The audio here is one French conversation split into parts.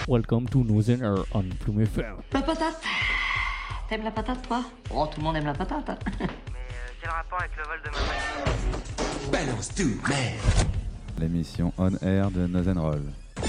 Welcome to Nozen Air on Plume FM. La patate. T'aimes la patate, toi? Oh, tout le monde aime la patate. Mais quel rapport avec le vol de ma mère? Balance tout, merde. L'émission On Air de Nozen Roll.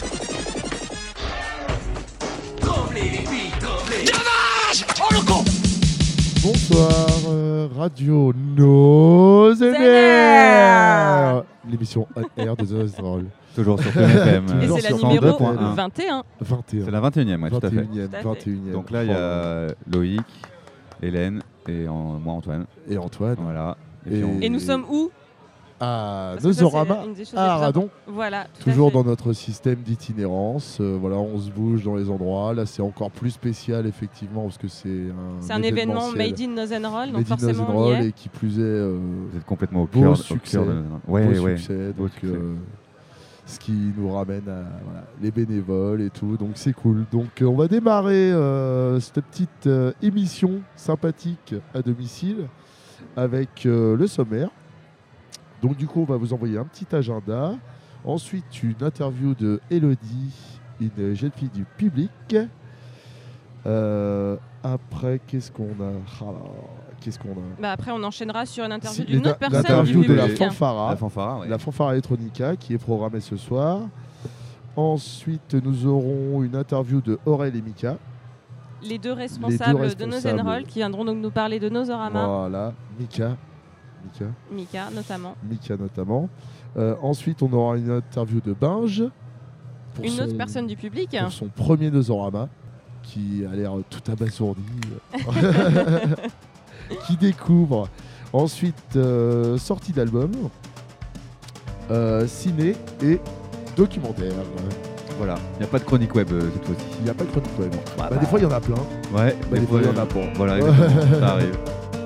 Bonsoir, Radio Nozen Air, l'émission On Air de Nozen Roll. Toujours sur Plume FM. Et Toujours c'est la sur numéro 102.1. 21. 21. C'est la 21e, ouais, tout à fait. 21e. Donc là, il y a Loïc, Hélène et moi, Antoine. Et Antoine. Voilà. Et- puis Et nous sommes où? À Parce que ça, Nosorama, c'est une des choses les à plus Aradon. importantes. Voilà, tout à Toujours fait. dans notre système d'itinérance. Voilà, on se bouge dans les endroits. Là, c'est encore plus spécial, effectivement, parce que c'est C'est un événement événementiel. made in Nozen Roll, donc Made in forcément Nozen on y Roll, est. et qui plus est, vous êtes complètement au beau cœur, succès. au cœur de Nozen Roll. beau Ouais. succès. Beau Donc, succès. ce qui nous ramène à les bénévoles et tout. Donc, c'est cool. Donc, on va démarrer cette petite émission sympathique à domicile avec le sommaire. Donc du coup, on va vous envoyer un petit agenda. Ensuite, une interview de Elodie, une jeune fille du public. Après, qu'est-ce qu'on a Bah après, on enchaînera sur une interview Si, d'une autre personne du l'interview de la public. fanfara. La fanfare, ouais. La fanfare electronica qui est programmée ce soir. Ensuite, nous aurons une interview de Aurel et Mika. Les deux responsables de Nozen responsables. Roll qui viendront donc nous parler de Nosorama. Voilà, Mika Mika notamment. Ensuite, on aura une interview de Binge. pour Une son- autre personne du public. Pour son premier Nosorama, qui a l'air tout abasourdi, qui découvre. Ensuite, sortie d'album, ciné et documentaire. Voilà. Il n'y a pas de chronique web cette fois-ci. Il n'y a pas de chronique web. Bah, Des fois, il y en a plein. Ouais. Des fois, il y en a pas. Voilà, exactement. Ça arrive.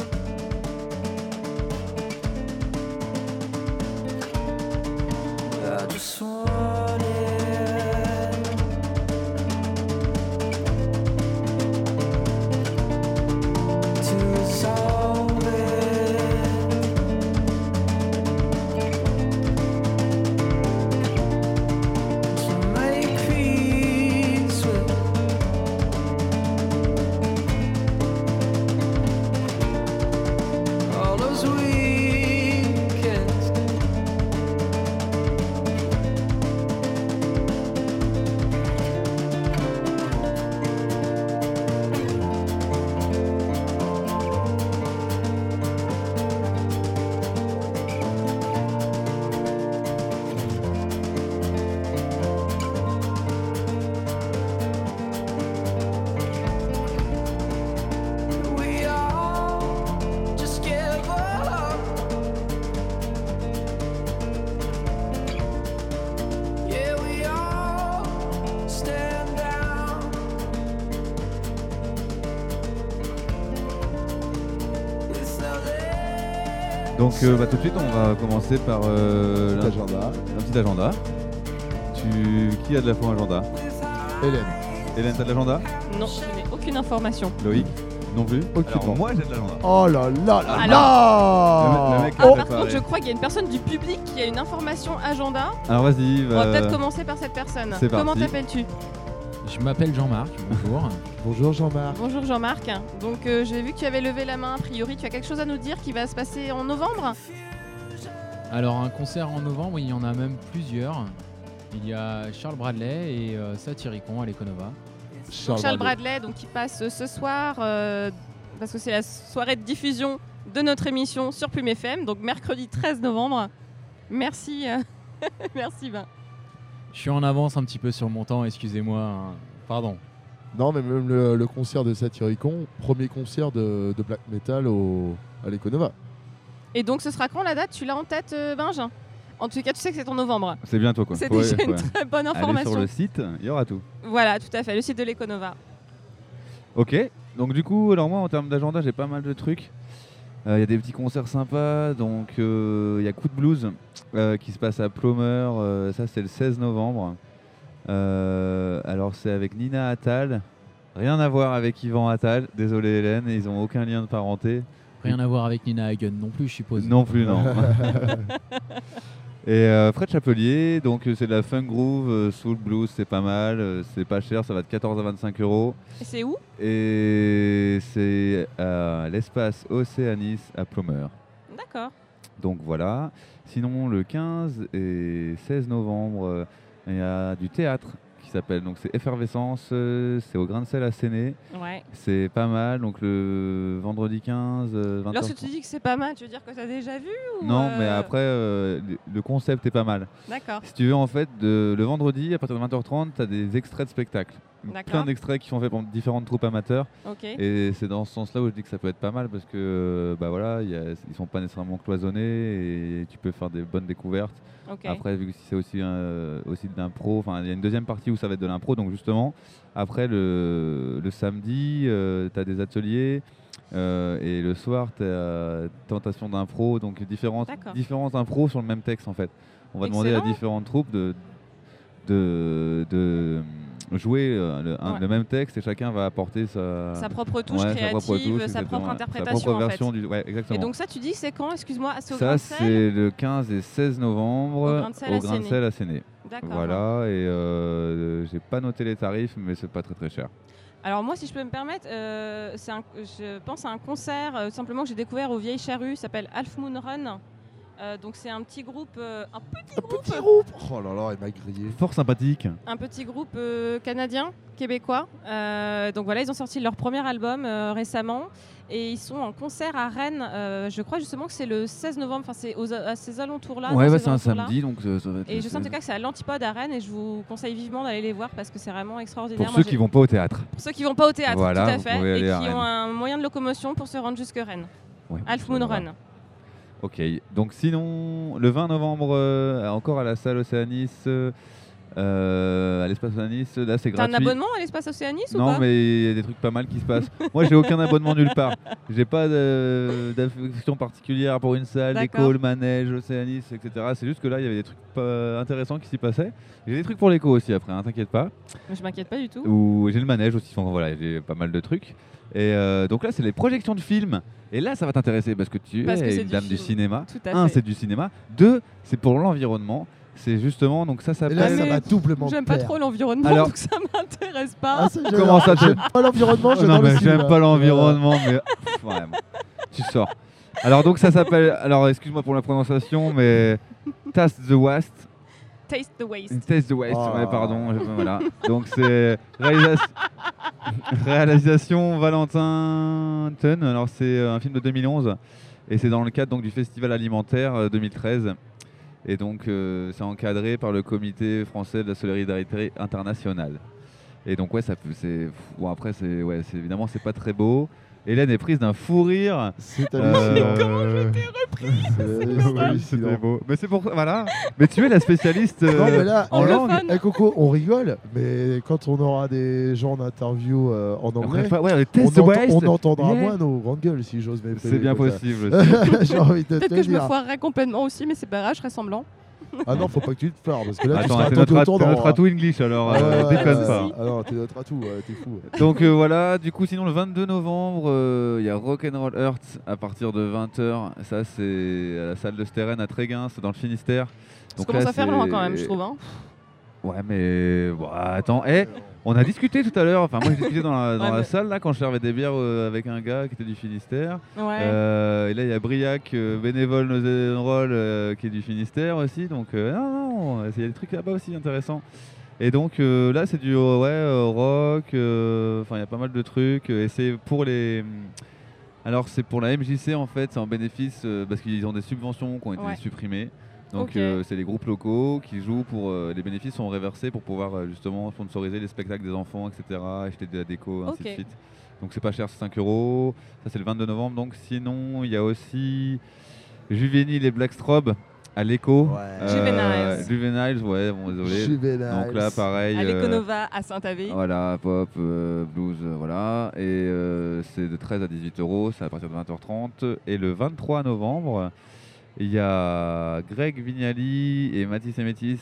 Donc tout de suite, on va commencer par Agenda. un petit agenda. Qui a de la fond agenda? Hélène. Hélène, t'as de l'agenda? Non, je n'ai aucune information. Loïc? Non plus? Aucunement. Alors, moi j'ai de l'agenda. Oh là là là Alors- là Le mec Ah, a par préparé. contre, je crois qu'il y a une personne du public qui a une information agenda. Alors vas-y, On va peut-être commencer par cette personne. c'est Comment parti. t'appelles-tu? Je m'appelle Jean-Marc, bonjour. Bonjour Jean-Marc. Bonjour Jean-Marc. Donc j'ai vu que tu avais levé la main. A priori, tu as quelque chose à nous dire qui va se passer en novembre? Alors un concert en novembre, il y en a même plusieurs. Il y a Charles Bradley et Satyricon à l'Econova. Charles Bradley, donc qui passe ce soir parce que c'est la soirée de diffusion de notre émission sur Plume FM, donc mercredi 13 novembre. Merci, merci Ben. Je suis en avance un petit peu sur mon temps, excusez-moi. Hein. Pardon. Non, mais même le concert de Satyricon, premier concert de black metal à l'Econova. Et donc ce sera quand la date? Tu l'as en tête, Benj? En tout cas, tu sais que c'est en novembre. C'est bientôt quoi. C'est Ouais, déjà une ouais. très bonne Allez information. sur le site, il y aura tout. Voilà, tout à fait, le site de l'Econova. Ok, donc du coup, alors moi en termes d'agenda, j'ai pas mal de trucs. Il y a des petits concerts sympas, donc il y a Coup de Blues qui se passe à Plomeur, ça c'est le 16 novembre. Alors c'est avec Nina Attal, rien à voir avec Yvan Attal, désolé Hélène, ils ont aucun lien de parenté. Rien à voir avec Nina Hagen non plus, je suppose. Non plus, non. Et Fred Chapelier, donc c'est de la funk groove, soul blues, c'est pas mal, c'est pas cher, ça va de 14 à 25 €. Et c'est où? Et c'est à l'espace Océanis à Plumeur. D'accord. Donc voilà. Sinon, le 15 et 16 novembre, il y a du théâtre qui s'appelle, donc c'est Effervescence, c'est au Grain de Sel à Séné. Ouais. C'est pas mal, donc le vendredi 15, 20h. Lorsque tu dis que c'est pas mal, tu veux dire que tu as déjà vu ou Non, mais après, le concept est pas mal. D'accord. Si tu veux, en fait, le vendredi, à partir de 20h30, tu as des extraits de spectacles. D'accord. Plein d'extraits qui sont faits par différentes troupes amateurs. Ok. Et c'est dans ce sens-là où je dis que ça peut être pas mal parce que bah voilà, ils sont pas nécessairement cloisonnés et tu peux faire des bonnes découvertes. Ok. Après, vu que c'est aussi de l'impro, enfin il y a une deuxième partie où ça va être de l'impro, donc justement, après le samedi, tu as des ateliers et le soir, tu as tentation d'impro, donc différents impros sur le même texte en fait. On va demander à différentes troupes de jouer le même texte et chacun va apporter sa propre touche créative, sa propre interprétation. Sa propre version en fait. ouais, exactement. Et donc ça, tu dis, c'est quand? Excuse-moi, c'est au Ça, Grain de Sel? c'est le 15 et 16 novembre au Grain de Sel à Séné. D'accord. Voilà, et j'ai pas noté les tarifs, mais c'est pas très très cher. Alors moi, si je peux me permettre, je pense à un concert simplement que j'ai découvert aux Vieilles Charrues, s'appelle Half Moon Run. Donc c'est un petit groupe, Petit groupe. Oh là là, il m'a grillé. Fort sympathique. Un petit groupe canadien, québécois. Donc voilà, ils ont sorti leur premier album récemment et ils sont en concert à Rennes. Je crois justement que c'est le 16 novembre, enfin c'est à ces alentours-là. Ouais, c'est un samedi, donc ça va être. Et je sais en tout cas que c'est à l'Antipode à Rennes et je vous conseille vivement d'aller les voir parce que c'est vraiment extraordinaire. Pour ceux qui vont pas au théâtre. Pour ceux qui vont pas au théâtre, voilà, tout à fait, et qui ont un moyen de locomotion pour se rendre jusque Rennes. Ouais, Half Moon Run. Ok, donc sinon, le 20 novembre, encore à la salle Océanis, à l'espace Océanis, là c'est gratuit. T'as un abonnement à l'espace Océanis ou pas? Non, mais il y a des trucs pas mal qui se passent. Moi, j'ai aucun abonnement nulle part. J'ai pas d'affection particulière pour une salle, l'éco, le manège, Océanis, etc. C'est juste que là, il y avait des trucs pas intéressants qui s'y passaient. J'ai des trucs pour l'éco aussi après, hein, t'inquiète pas. Je m'inquiète pas du tout. Ou j'ai le manège aussi, enfin, voilà, j'ai pas mal de trucs. Et donc là, c'est les projections de films. Et là, ça va t'intéresser parce que tu es une dame du cinéma. Un, c'est du cinéma. Deux, c'est pour l'environnement. C'est justement, donc ça s'appelle... Et là, ça va doublement J'aime plaire. pas trop l'environnement, donc ça m'intéresse pas. Comment ça J'aime pas l'environnement, non, mais j'aime pas l'environnement, mais... Vraiment, tu sors. Alors donc ça s'appelle... Alors excuse-moi pour la prononciation, mais... Taste the Waste. Taste the Waste. Taste the Waste, ouais, pardon. Voilà. Donc c'est réalisation Valentin Thun. Alors c'est un film de 2011 et c'est dans le cadre donc, du Festival alimentaire 2013. Et donc c'est encadré par le Comité français de la solidarité internationale. Et donc ouais, ça peut, c'est bon, après c'est évidemment c'est pas très beau. Hélène est prise d'un fou rire. C'est hallucinant. Comment je t'ai repris? C'était beau. Mais c'est pour voilà. Mais tu es la spécialiste non, mais là, en langue. Coco, on rigole, mais quand on aura des gens en interview en anglais, on entendra moins nos grandes gueules, si j'ose m'exprimer. C'est bien possible. J'ai envie de te Peut-être que je me dire. foirerais complètement aussi, mais c'est pas grave, je serais semblant. Ah non, faut pas que tu te foires parce que là, attends, tu t'es seras notre atout English alors déconne pas. Ah non, t'es notre atout, t'es fou. Donc voilà, du coup, sinon le 22 novembre, il y a Rock'n'Roll Earth à partir de 20h. Ça, c'est à la salle de Steren à Tréguin, c'est dans le Finistère. Ça commence à faire loin quand même, je trouve. Hein. Ouais, mais bon, attends, on a discuté tout à l'heure. Enfin, moi j'ai discuté dans la salle là quand je servais des bières avec un gars qui était du Finistère. Ouais. Et là il y a Briac, bénévole Roll qui est du Finistère aussi. Donc non, il y a des trucs là-bas aussi intéressants. Et donc là c'est du rock. Enfin il y a pas mal de trucs. Et c'est pour les. Alors c'est pour la MJC en fait, c'est en bénéfice parce qu'ils ont des subventions qui ont été supprimées. Donc c'est les groupes locaux qui jouent pour... les bénéfices sont réversés pour pouvoir justement sponsoriser les spectacles des enfants, etc. Acheter de la déco, ainsi de suite. Donc c'est pas cher, c'est 5 €. Ça c'est le 22 novembre. Donc sinon il y a aussi Juvénile et Blackstrobe à l'écho. Juveniles, ouais, bon désolé. Donc là pareil. À l'Econova à Saint-Avé. Voilà, pop, blues, voilà. Et c'est de 13 à 18 €, c'est à partir de 20h30. Et le 23 novembre... il y a Greg Vignali et Mathis et Métis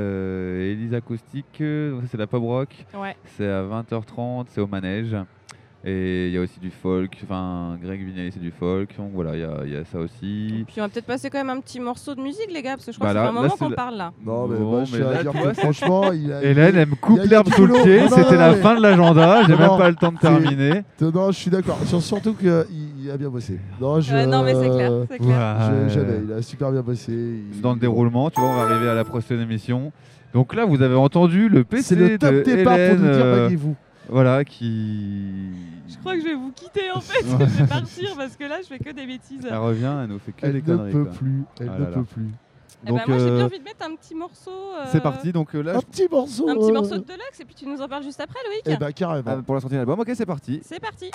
et Elisa Caustic. Donc ça, c'est la pop rock. Ouais. C'est à 20h30, c'est au manège. Et il y a aussi du folk, enfin Greg Vinelli c'est du folk, donc voilà, il y a ça aussi. Puis on va peut-être passer quand même un petit morceau de musique, les gars, parce que je crois Bah que ça là- fait un là, moment c'est qu'on le- parle là. Non, mais Bon, moi, je mais suis là, à dire tu que vois, franchement, Hélène, elle me coupe il y a l'herbe du sous le boulot. pied, Non, c'était non, la mais- fin de l'agenda, j'ai Non, même non, pas le temps de c'est- terminer. Non, je suis d'accord. Surtout qu'il a bien bossé. Non, Non, mais c'est clair, c'est clair. Jamais, il a super bien bossé. Il- Dans le déroulement, tu vois, on va arriver à la prochaine émission. Donc là, vous avez entendu le PC C'est le top de départ pour Hélène, nous dire baguez-vous. voilà, qui... Je crois que je vais vous quitter en fait. Je vais partir parce que là, je fais que des bêtises. Elle revient, elle nous fait que Elle des ne conneries. peut quoi. plus. Elle Ah ne là peut là. plus. Eh ben, moi, j'ai bien envie de mettre un petit morceau. C'est parti, donc là, Un petit morceau. Un petit morceau de Deluxe et puis tu nous en parles juste après, Loïc. Eh ben, carrément. pour la sortie de l'album, ok, c'est parti. C'est parti.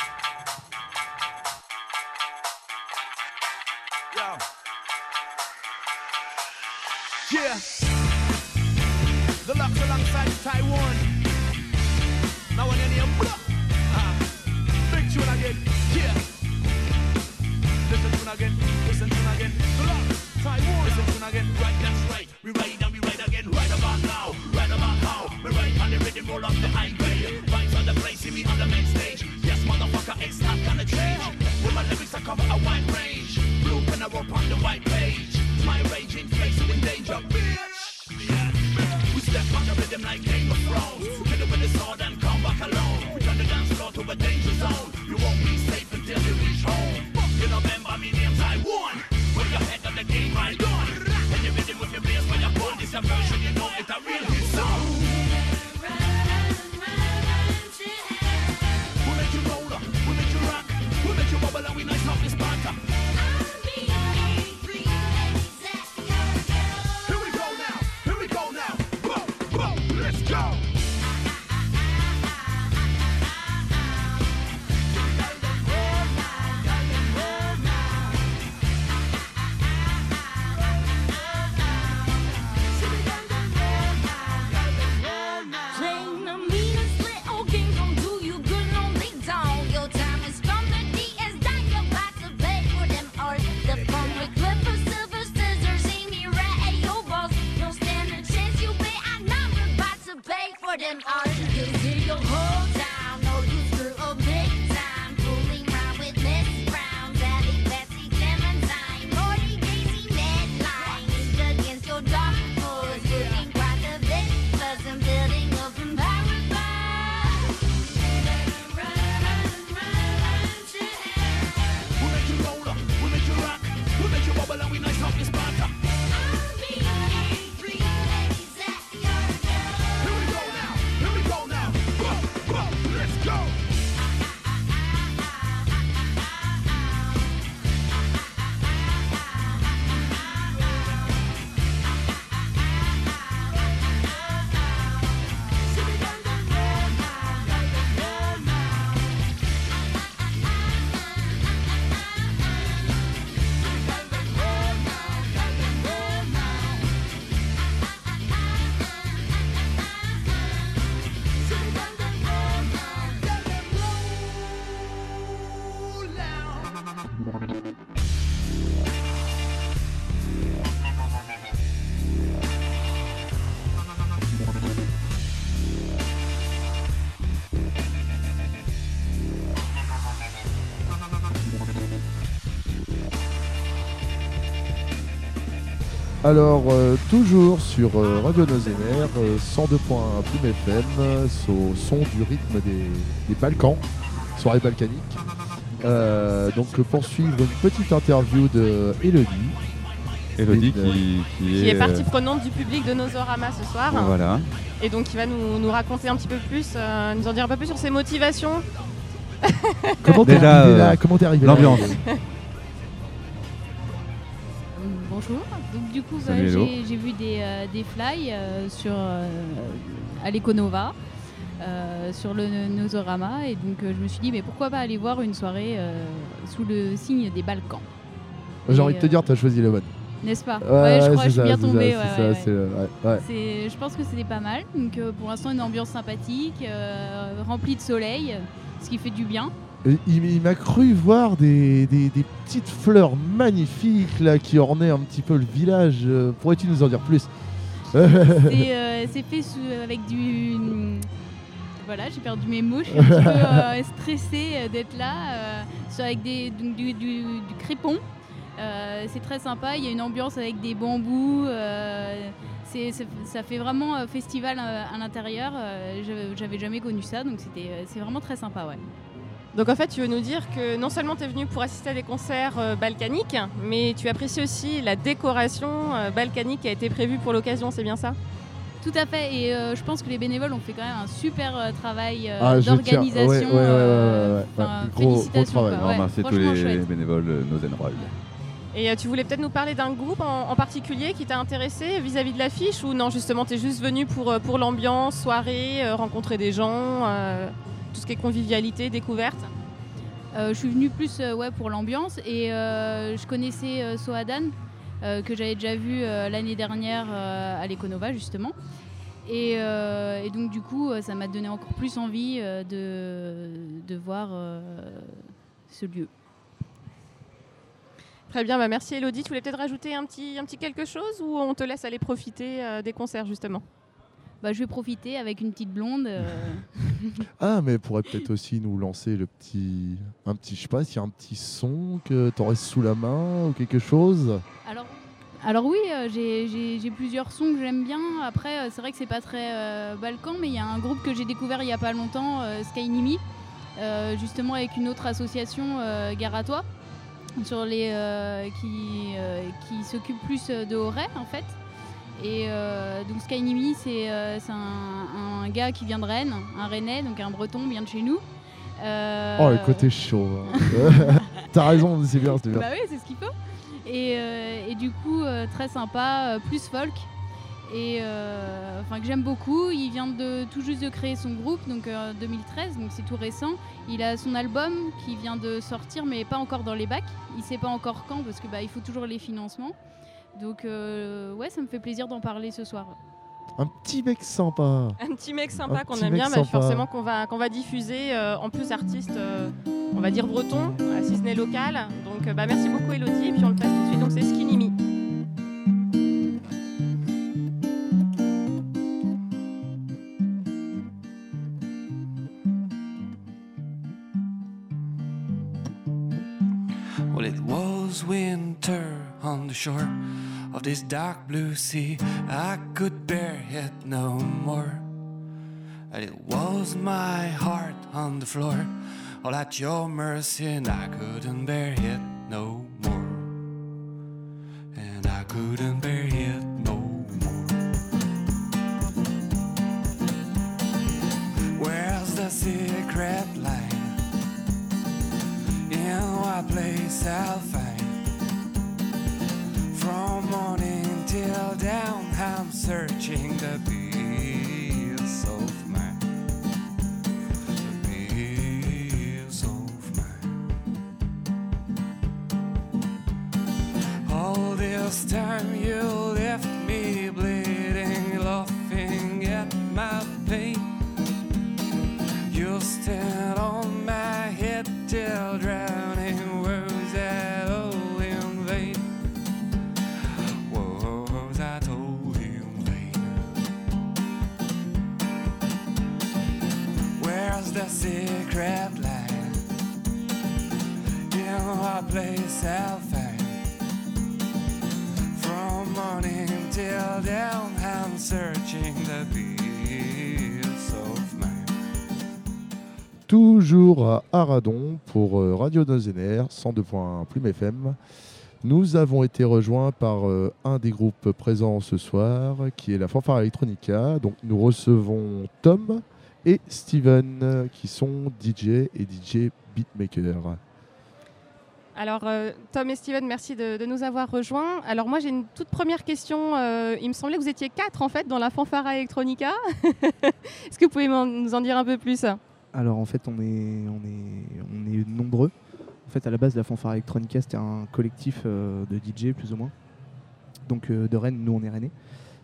Yeah. Deluxe alongside Taiwan. Now when you name big tune again. Yeah. Listen tune again. Listen tune again. Deluxe Taiwan. Listen tune again. Right, that's right. We ride and we ride again. Right about now. Right about how. We ride on the rhythm, roll up the highway. Vibes on the place, see me on the main stage. Yes, motherfucker, it's not gonna change. With my lyrics, I cover a wide range. Blue pen, I wrote on the white page. My raging face in danger, bitch. We step on the rhythm like Game of Thrones. Kill it with the sword and come back alone. We turn the dance floor to a danger zone. You won't be safe until you reach home. You know, remember me name Taiwan. When you're head of the game, right on. When you're rhythm with your bass, when you're born, this a version, you know it's a real hit song. We make you roll up, we make you rock, we make you bubble and we nice off this partner. Here we go now. Boom, boom, let's go. Playing the meanest little game don't do you good, no they don't. Your time is from the DS done, you're about to pay for them all. The fun with clippers, silver scissors, Amy Rat at your balls. Don't stand a chance, you bet I know you're about to pay for them all. You see your whole time, no you screw up big time. Fooling around with Miss Brown, Sally, Betsy, Clementine, Morty, Daisy, Medline. It's against your dark horse, looking quite a bit, plus I'm building up in power. We make you roll up, we make you rock, we make you bubble and we nice off this partner. Here we go now. Boom, boom, let's go. Alors, toujours sur Radio Nozener, 102.1 Plume FM, au son du rythme des Balkans, soirée balkanique. Donc, poursuivre une petite interview de Elodie. Elodie Qui est partie prenante du public de Nosorama ce soir. Voilà. Et donc qui va nous raconter un petit peu plus, nous en dire un peu plus sur ses motivations. Comment t'es Déjà, arrivé là Comment t'es arrivé là l'ambiance. Bonjour. Donc du coup, Salut, hello. j'ai vu des fly à l'Econova sur le Nosorama et donc je me suis dit mais pourquoi pas aller voir une soirée sous le signe des Balkans. J'ai envie de te dire, t'as choisi le bon. N'est-ce pas? Ouais, je crois que je suis bien tombée. Je pense que c'était pas mal. Donc pour l'instant une ambiance sympathique, remplie de soleil, ce qui fait du bien. Il m'a cru voir des petites fleurs magnifiques là, qui ornaient un petit peu le village. Pourrais-tu nous en dire plus? C'est fait avec Voilà, j'ai perdu mes mots, je suis un petit peu stressée d'être là, avec du crépon. C'est très sympa, il y a une ambiance avec des bambous, ça fait vraiment festival à l'intérieur. J'avais jamais connu ça, donc c'est vraiment très sympa, ouais. Donc en fait, tu veux nous dire que non seulement tu es venu pour assister à des concerts balkaniques, mais tu apprécies aussi la décoration balkanique qui a été prévue pour l'occasion, c'est bien ça ? Tout à fait, et je pense que les bénévoles ont fait quand même un super travail Ouais, d'organisation. gros Félicitations. travail. quoi. On Ouais, remercie tous franchement les chouette. bénévoles Nozenroll. Et tu voulais peut-être nous parler d'un groupe en particulier qui t'a intéressé vis-à-vis de l'affiche, ou non, justement, tu es juste venu pour l'ambiance, soirée, rencontrer des gens, tout ce qui est convivialité, découverte ? Je suis venue plus pour l'ambiance, et je connaissais Soadan, que j'avais déjà vu l'année dernière à l'Econova justement. Et donc du coup, ça m'a donné encore plus envie de voir ce lieu. Très bien, merci Elodie. Tu voulais peut-être rajouter un petit quelque chose, ou on te laisse aller profiter des concerts justement ? Je vais profiter avec une petite blonde. Ah, mais pourrait peut-être aussi nous lancer un petit, je sais pas, s'il y a un petit son que t'aurais sous la main ou quelque chose. Alors oui, j'ai plusieurs sons que j'aime bien. Après, c'est vrai que c'est pas très balkan, mais il y a un groupe que j'ai découvert il y a pas longtemps, Skynimi, justement avec une autre association, Gare à toi, sur qui s'occupe plus de Auray en fait. Et donc Skynimi, c'est un gars qui vient de Rennes, un Rennais, donc un Breton, bien de chez nous. Oh, le côté chaud. Hein. T'as raison, c'est bien. Bah oui, c'est ce qu'il faut. Et du coup, très sympa, plus folk. Et que j'aime beaucoup. Il vient tout juste de créer son groupe, donc 2013, donc c'est tout récent. Il a son album qui vient de sortir, mais pas encore dans les bacs. Il sait pas encore quand, parce que il faut toujours les financements. Donc ça me fait plaisir d'en parler ce soir. Un petit mec sympa. Un petit mec sympa qu'on aime bien, forcément qu'on va diffuser, en plus artiste, on va dire breton, si ce n'est local. Donc merci beaucoup Elodie, et puis on le passe tout de suite, donc c'est Skynimi. Well, it was winter on the shore of this dark blue sea. I could bear it no more. And it was my heart on the floor, all at your mercy, and I couldn't bear it no more. And I couldn't bear it no more. Where's the secret line? In what place I'll find? From morning till down, I'm searching the peace of mind. The peace of mind. All this time you left me bleeding, laughing at my pain. You stand on my head till drowning words that all in vain. Words I told in vain. Where's the secret line? In what place I'll find? From morning till down, I'm searching the peace of mind. Toujours à Aradon pour Radio Nozener, 102.1 Plume FM. Nous avons été rejoints par un des groupes présents ce soir, qui est la Fanfare Electronica. Donc nous recevons Tom et Steven, qui sont DJ et DJ beatmaker. Alors Tom et Steven, merci de nous avoir rejoints. Alors moi j'ai une toute première question. Il me semblait que vous étiez 4 en fait dans la Fanfare Electronica. Est-ce que vous pouvez nous en dire un peu plus ? Alors en fait on est nombreux. En fait à la base la Fanfare Electronica c'était un collectif de DJ plus ou moins. Donc de Rennes, nous on est Rennais.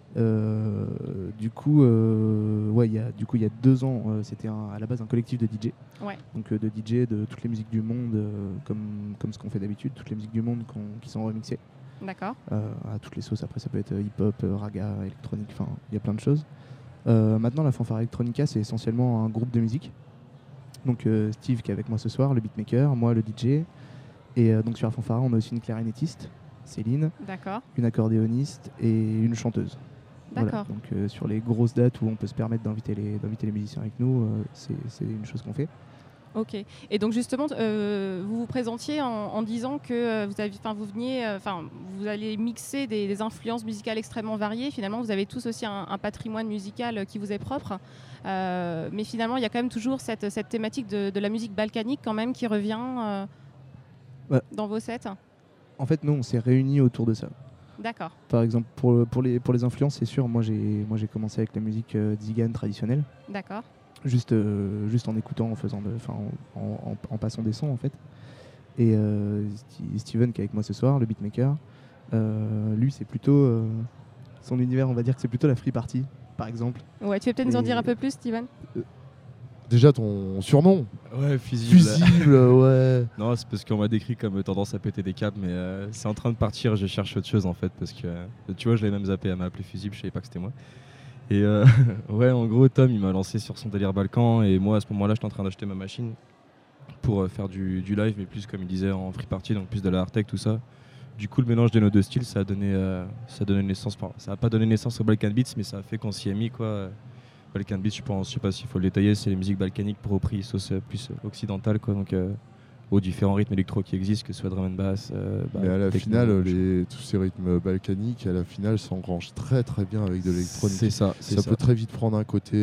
Il y a 2 ans c'était à la base un collectif de DJ. Ouais. Donc de DJ de toutes les musiques du monde, comme ce qu'on fait d'habitude, toutes les musiques du monde qui sont remixées. D'accord. À toutes les sauces, après ça peut être hip-hop, raga, électronique, enfin il y a plein de choses. Maintenant, la Fanfare Electronica, c'est essentiellement un groupe de musique. Donc Steve qui est avec moi ce soir, le beatmaker, moi le DJ. Et donc sur la Fanfare, on a aussi une clarinettiste, Céline, D'accord. une accordéoniste et une chanteuse. D'accord. Voilà. Donc sur les grosses dates où on peut se permettre d'inviter les musiciens avec nous, c'est une chose qu'on fait. Ok. Et donc justement, vous vous présentiez en disant que vous allez mixer des influences musicales extrêmement variées. Finalement, vous avez tous aussi un patrimoine musical qui vous est propre. Mais finalement, il y a quand même toujours cette thématique de la musique balkanique quand même qui revient dans vos sets. En fait, nous, on s'est réunis autour de ça. D'accord. Par exemple, pour les influences, c'est sûr, moi j'ai commencé avec la musique tzigane traditionnelle. D'accord. Juste en écoutant, en passant des sons en fait. Et Steven qui est avec moi ce soir, le beatmaker, lui c'est plutôt son univers, on va dire que c'est plutôt la free party par exemple. Ouais, tu veux peut-être nous en dire un peu plus, Steven? Déjà ton surnom. Ouais, fusible. Fusible, ouais. Non, c'est parce qu'on m'a décrit comme tendance à péter des câbles, mais c'est en train de partir, je cherche autre chose en fait, parce que tu vois, je l'ai même zappé, elle m'a appelé fusible, je savais pas que c'était moi. Et ouais, en gros, Tom, il m'a lancé sur son délire Balkan, et moi, à ce moment-là, j'étais en train d'acheter ma machine pour faire du live, mais plus, comme il disait, en free party, donc plus de la hardtech, tout ça. Du coup, le mélange de nos deux styles, ça a donné naissance, ça a pas donné naissance au Balkan Beats, mais ça a fait qu'on s'y est mis, quoi. Balkan Beats, je sais pas s'il faut le détailler, c'est les musiques balkaniques repris sauce plus occidentale, quoi, donc aux différents rythmes électro qui existent, que ce soit drum and bass. Mais à la techno, finale, tous ces rythmes balkaniques, à la finale, s'engrangent très très bien avec de l'électronique. C'est ça. Ça peut très vite prendre un côté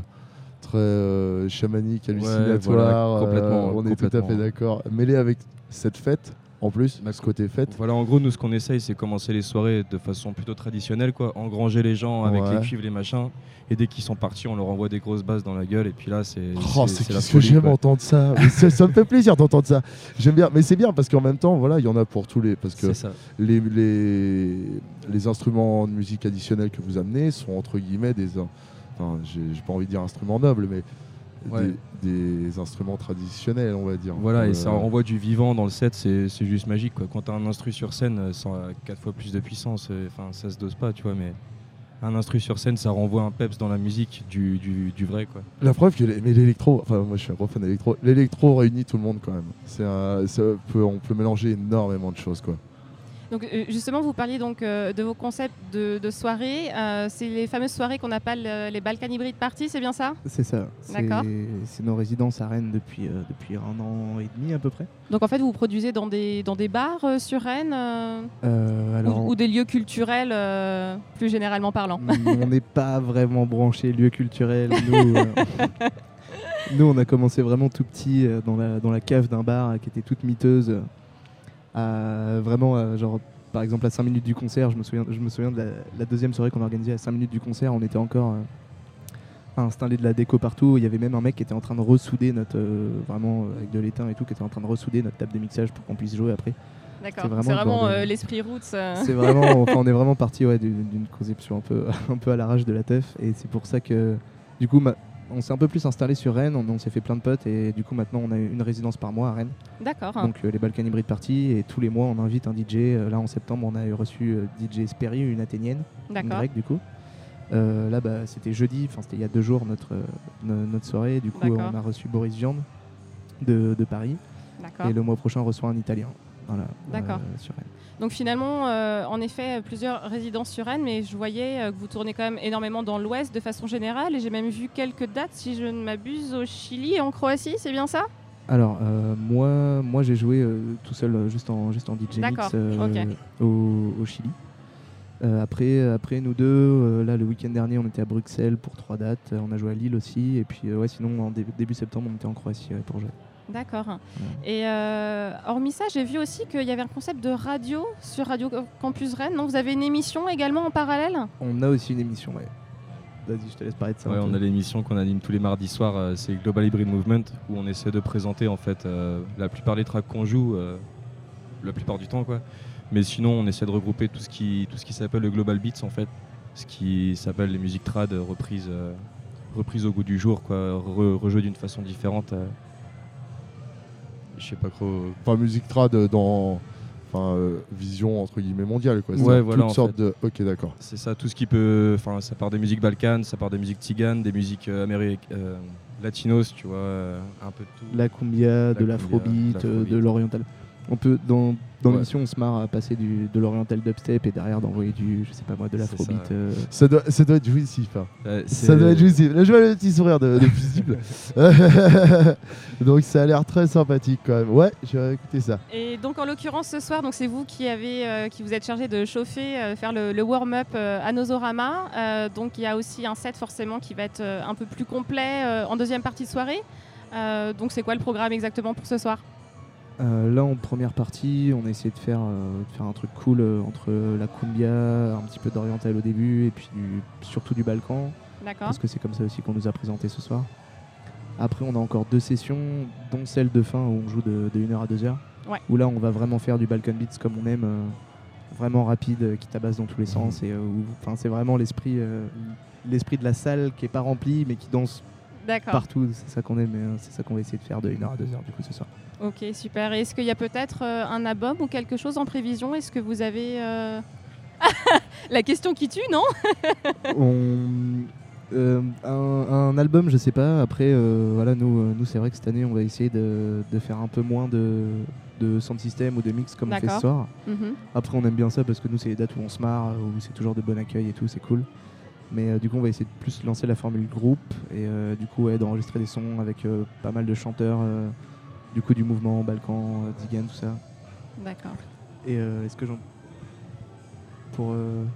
très chamanique, hallucinatoire. Voilà, complètement. On est tout à fait d'accord. Mêlé avec cette fête. En plus, ce côté fête. Voilà, en gros, nous, ce qu'on essaye, c'est commencer les soirées de façon plutôt traditionnelle, quoi. Engranger les gens avec les cuivres, les machins. Et dès qu'ils sont partis, on leur envoie des grosses basses dans la gueule. Et puis là, c'est la qu'est-ce que j'aime entendre ça. Ça me fait plaisir d'entendre ça. J'aime bien. Mais c'est bien parce qu'en même temps, voilà, il y en a pour tous les. Parce que les instruments de musique additionnels que vous amenez sont entre guillemets des. Enfin, j'ai pas envie de dire instruments nobles, mais. Ouais. Des instruments traditionnels, on va dire. Voilà, et ça renvoie du vivant dans le set, c'est juste magique, quoi. Quand t'as un instru sur scène, ça a 4 fois plus de puissance, ça se dose pas, tu vois, mais un instru sur scène, ça renvoie un peps dans la musique du vrai, quoi. La preuve que l'électro, enfin moi je suis un gros fan d'électro, l'électro réunit tout le monde quand même. On peut mélanger énormément de choses, quoi. Donc justement, vous parliez donc de vos concepts de soirées. C'est les fameuses soirées qu'on appelle les Balkan Hybrid Party, c'est bien ça? C'est ça. D'accord. C'est nos résidences à Rennes depuis 1 an et demi à peu près. Donc en fait, vous vous produisez dans des bars sur Rennes ou des lieux culturels plus généralement parlant? On n'est pas vraiment branché lieux culturels. Nous, on a commencé vraiment tout petit dans la cave d'un bar qui était toute miteuse. Genre par exemple à 5 minutes du concert, je me souviens de la deuxième soirée qu'on a organisée à 5 minutes du concert, on était encore à installer de la déco partout. Il y avait même un mec qui était en train de ressouder notre vraiment avec de l'étain et tout, qui était en train de ressouder notre table de mixage pour qu'on puisse jouer après. D'accord, c'est vraiment l'esprit roots. C'est vraiment, on est vraiment parti d'une conception un peu à l'arrache de la teuf, et c'est pour ça que du coup on s'est un peu plus installé sur Rennes, on s'est fait plein de potes, et du coup maintenant on a une résidence par mois à Rennes. D'accord. Donc les Balkan Hybrid Party, et tous les mois on invite un DJ. Là en septembre on a reçu DJ Sperry, une athénienne, une grecque du coup. Là c'était jeudi, enfin c'était il y a 2 jours notre soirée, du coup on a reçu Boris Viande de Paris. D'accord. Et le mois prochain on reçoit un Italien. Voilà, sur Rennes. Donc finalement, en effet, plusieurs résidences sur Rennes, mais je voyais que vous tournez quand même énormément dans l'Ouest de façon générale, et j'ai même vu quelques dates, si je ne m'abuse, au Chili et en Croatie, c'est bien ça? Alors moi j'ai joué tout seul, juste en DJ mix au Chili. Après nous deux, là le week-end dernier on était à Bruxelles pour 3 dates, on a joué à Lille aussi, et puis sinon en début septembre on était en Croatie pour jouer. D'accord. Et hormis ça, j'ai vu aussi qu'il y avait un concept de radio sur Radio Campus Rennes. Non, vous avez une émission également en parallèle? On a aussi une émission, ouais. Vas-y, je te laisse parler de ça. Ouais, on a l'émission qu'on anime tous les mardis soirs, c'est Global Hybrid Movement, où on essaie de présenter en fait la plupart des tracks qu'on joue, la plupart du temps, quoi. Mais sinon, on essaie de regrouper tout ce qui s'appelle le Global Beats, en fait, ce qui s'appelle les musiques trad reprises au goût du jour, quoi, rejouées d'une façon différente. Je sais pas trop. Enfin, musique trad vision entre guillemets mondiale, quoi. Ouais, voilà, toutes sortes de. Ok, d'accord. C'est ça, tout ce qui peut. Enfin, ça part des musiques balkanes, ça part des musiques tziganes, des musiques latinos, tu vois, un peu de tout. La cumbia, de l'afrobeat, de l'oriental. On peut dans l'émission, on se marre à passer de l'oriental dubstep et derrière d'envoyer du, je sais pas moi, de l'afrobeat. Ça doit être jouissif. Ça doit être jouissif. Là, je vois le petit sourire de fusible. Donc ça a l'air très sympathique quand même. Ouais, je vais écouter ça. Et donc en l'occurrence ce soir, donc c'est vous qui vous êtes chargé de chauffer, faire le warm-up à Nosorama. Donc il y a aussi un set forcément qui va être un peu plus complet en deuxième partie de soirée. Donc c'est quoi le programme exactement pour ce soir ? Là en première partie on a essayé de faire un truc cool entre la cumbia, un petit peu d'oriental au début et puis surtout du Balkan. D'accord. Parce que c'est comme ça aussi qu'on nous a présenté ce soir. Après on a encore 2 sessions dont celle de fin où on joue de 1h à 2h. Ouais. Où là on va vraiment faire du Balkan Beats comme on aime, vraiment rapide, qui tabasse dans tous les sens et c'est vraiment l'esprit de la salle qui est pas rempli mais qui danse partout. C'est ça qu'on aime et c'est ça qu'on va essayer de faire de 1h à 2h du coup ce soir. Ok, super. Est-ce qu'il y a peut-être un album ou quelque chose en prévision ? Est-ce que vous avez... La question qui tue, non ? Un album, je sais pas. Après, voilà, nous c'est vrai que cette année, on va essayer de faire un peu moins de sound system ou de mix comme on fait ce soir. Après, on aime bien ça parce que nous, c'est les dates où on se marre, où c'est toujours de bon accueil et tout, c'est cool. Mais du coup, on va essayer de plus lancer la formule groupe et du coup, d'enregistrer des sons avec pas mal de chanteurs. Du coup, du mouvement, Balkan, Zigan, tout ça. D'accord. Et est-ce que j'en... Pour...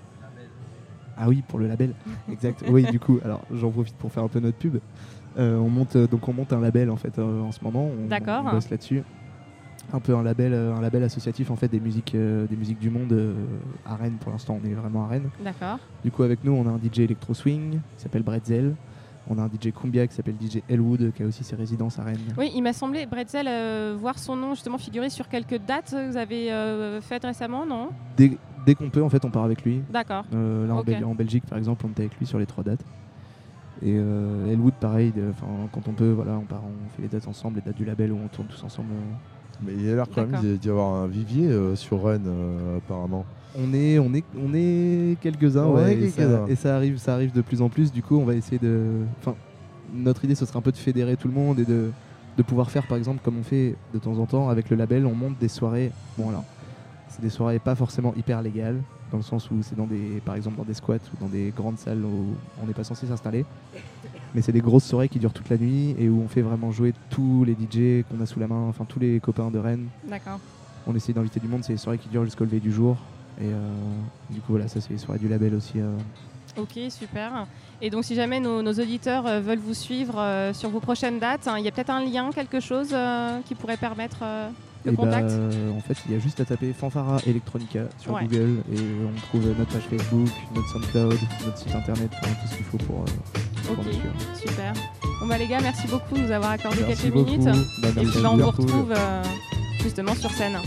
Ah oui, pour le label. Exact. Oui, du coup, alors j'en profite pour faire un peu notre pub. On monte un label en fait en ce moment. D'accord. On bosse là-dessus. Un peu un label associatif en fait des musiques du monde à Rennes. Pour l'instant, on est vraiment à Rennes. D'accord. Du coup, avec nous, on a un DJ Electro Swing qui s'appelle Bretzel. On a un DJ Cumbia qui s'appelle DJ Elwood qui a aussi ses résidences à Rennes. Oui, il m'a semblé, Bretzel, voir son nom justement figurer sur quelques dates que vous avez faites récemment, non ? Dès qu'on peut, en fait, on part avec lui. D'accord. Là, en Belgique, par exemple, on était avec lui sur les 3 dates. Et Elwood, pareil, quand on peut, voilà, on fait les dates ensemble, les dates du label où on tourne tous ensemble. Mais il y a l'air quand même d'y avoir un vivier sur Rennes, apparemment. On est quelques-uns, et ça arrive de plus en plus. Du coup, on va essayer notre idée, ce serait un peu de fédérer tout le monde et de pouvoir faire, par exemple, comme on fait de temps en temps avec le label, on monte des soirées. Bon, alors, c'est des soirées pas forcément hyper légales, dans le sens où c'est par exemple dans des squats ou dans des grandes salles où on n'est pas censé s'installer. Mais c'est des grosses soirées qui durent toute la nuit et où on fait vraiment jouer tous les DJ qu'on a sous la main, enfin tous les copains de Rennes. D'accord. On essaie d'inviter du monde, c'est des soirées qui durent jusqu'au lever du jour. Et du coup, voilà, ça c'est les soirées du label aussi. Ok, super. Et donc, si jamais nos auditeurs veulent vous suivre sur vos prochaines dates, il y a peut-être un lien, quelque chose qui pourrait permettre le contact En fait, il y a juste à taper Fanfara Electronica sur Google et on trouve notre page Facebook, notre SoundCloud, notre site internet, tout ce qu'il faut pour Ok, super. Bon bah les gars, merci beaucoup de nous avoir accordé quelques beaucoup. minutes. Et puis on vous Cool. retrouve justement sur scène.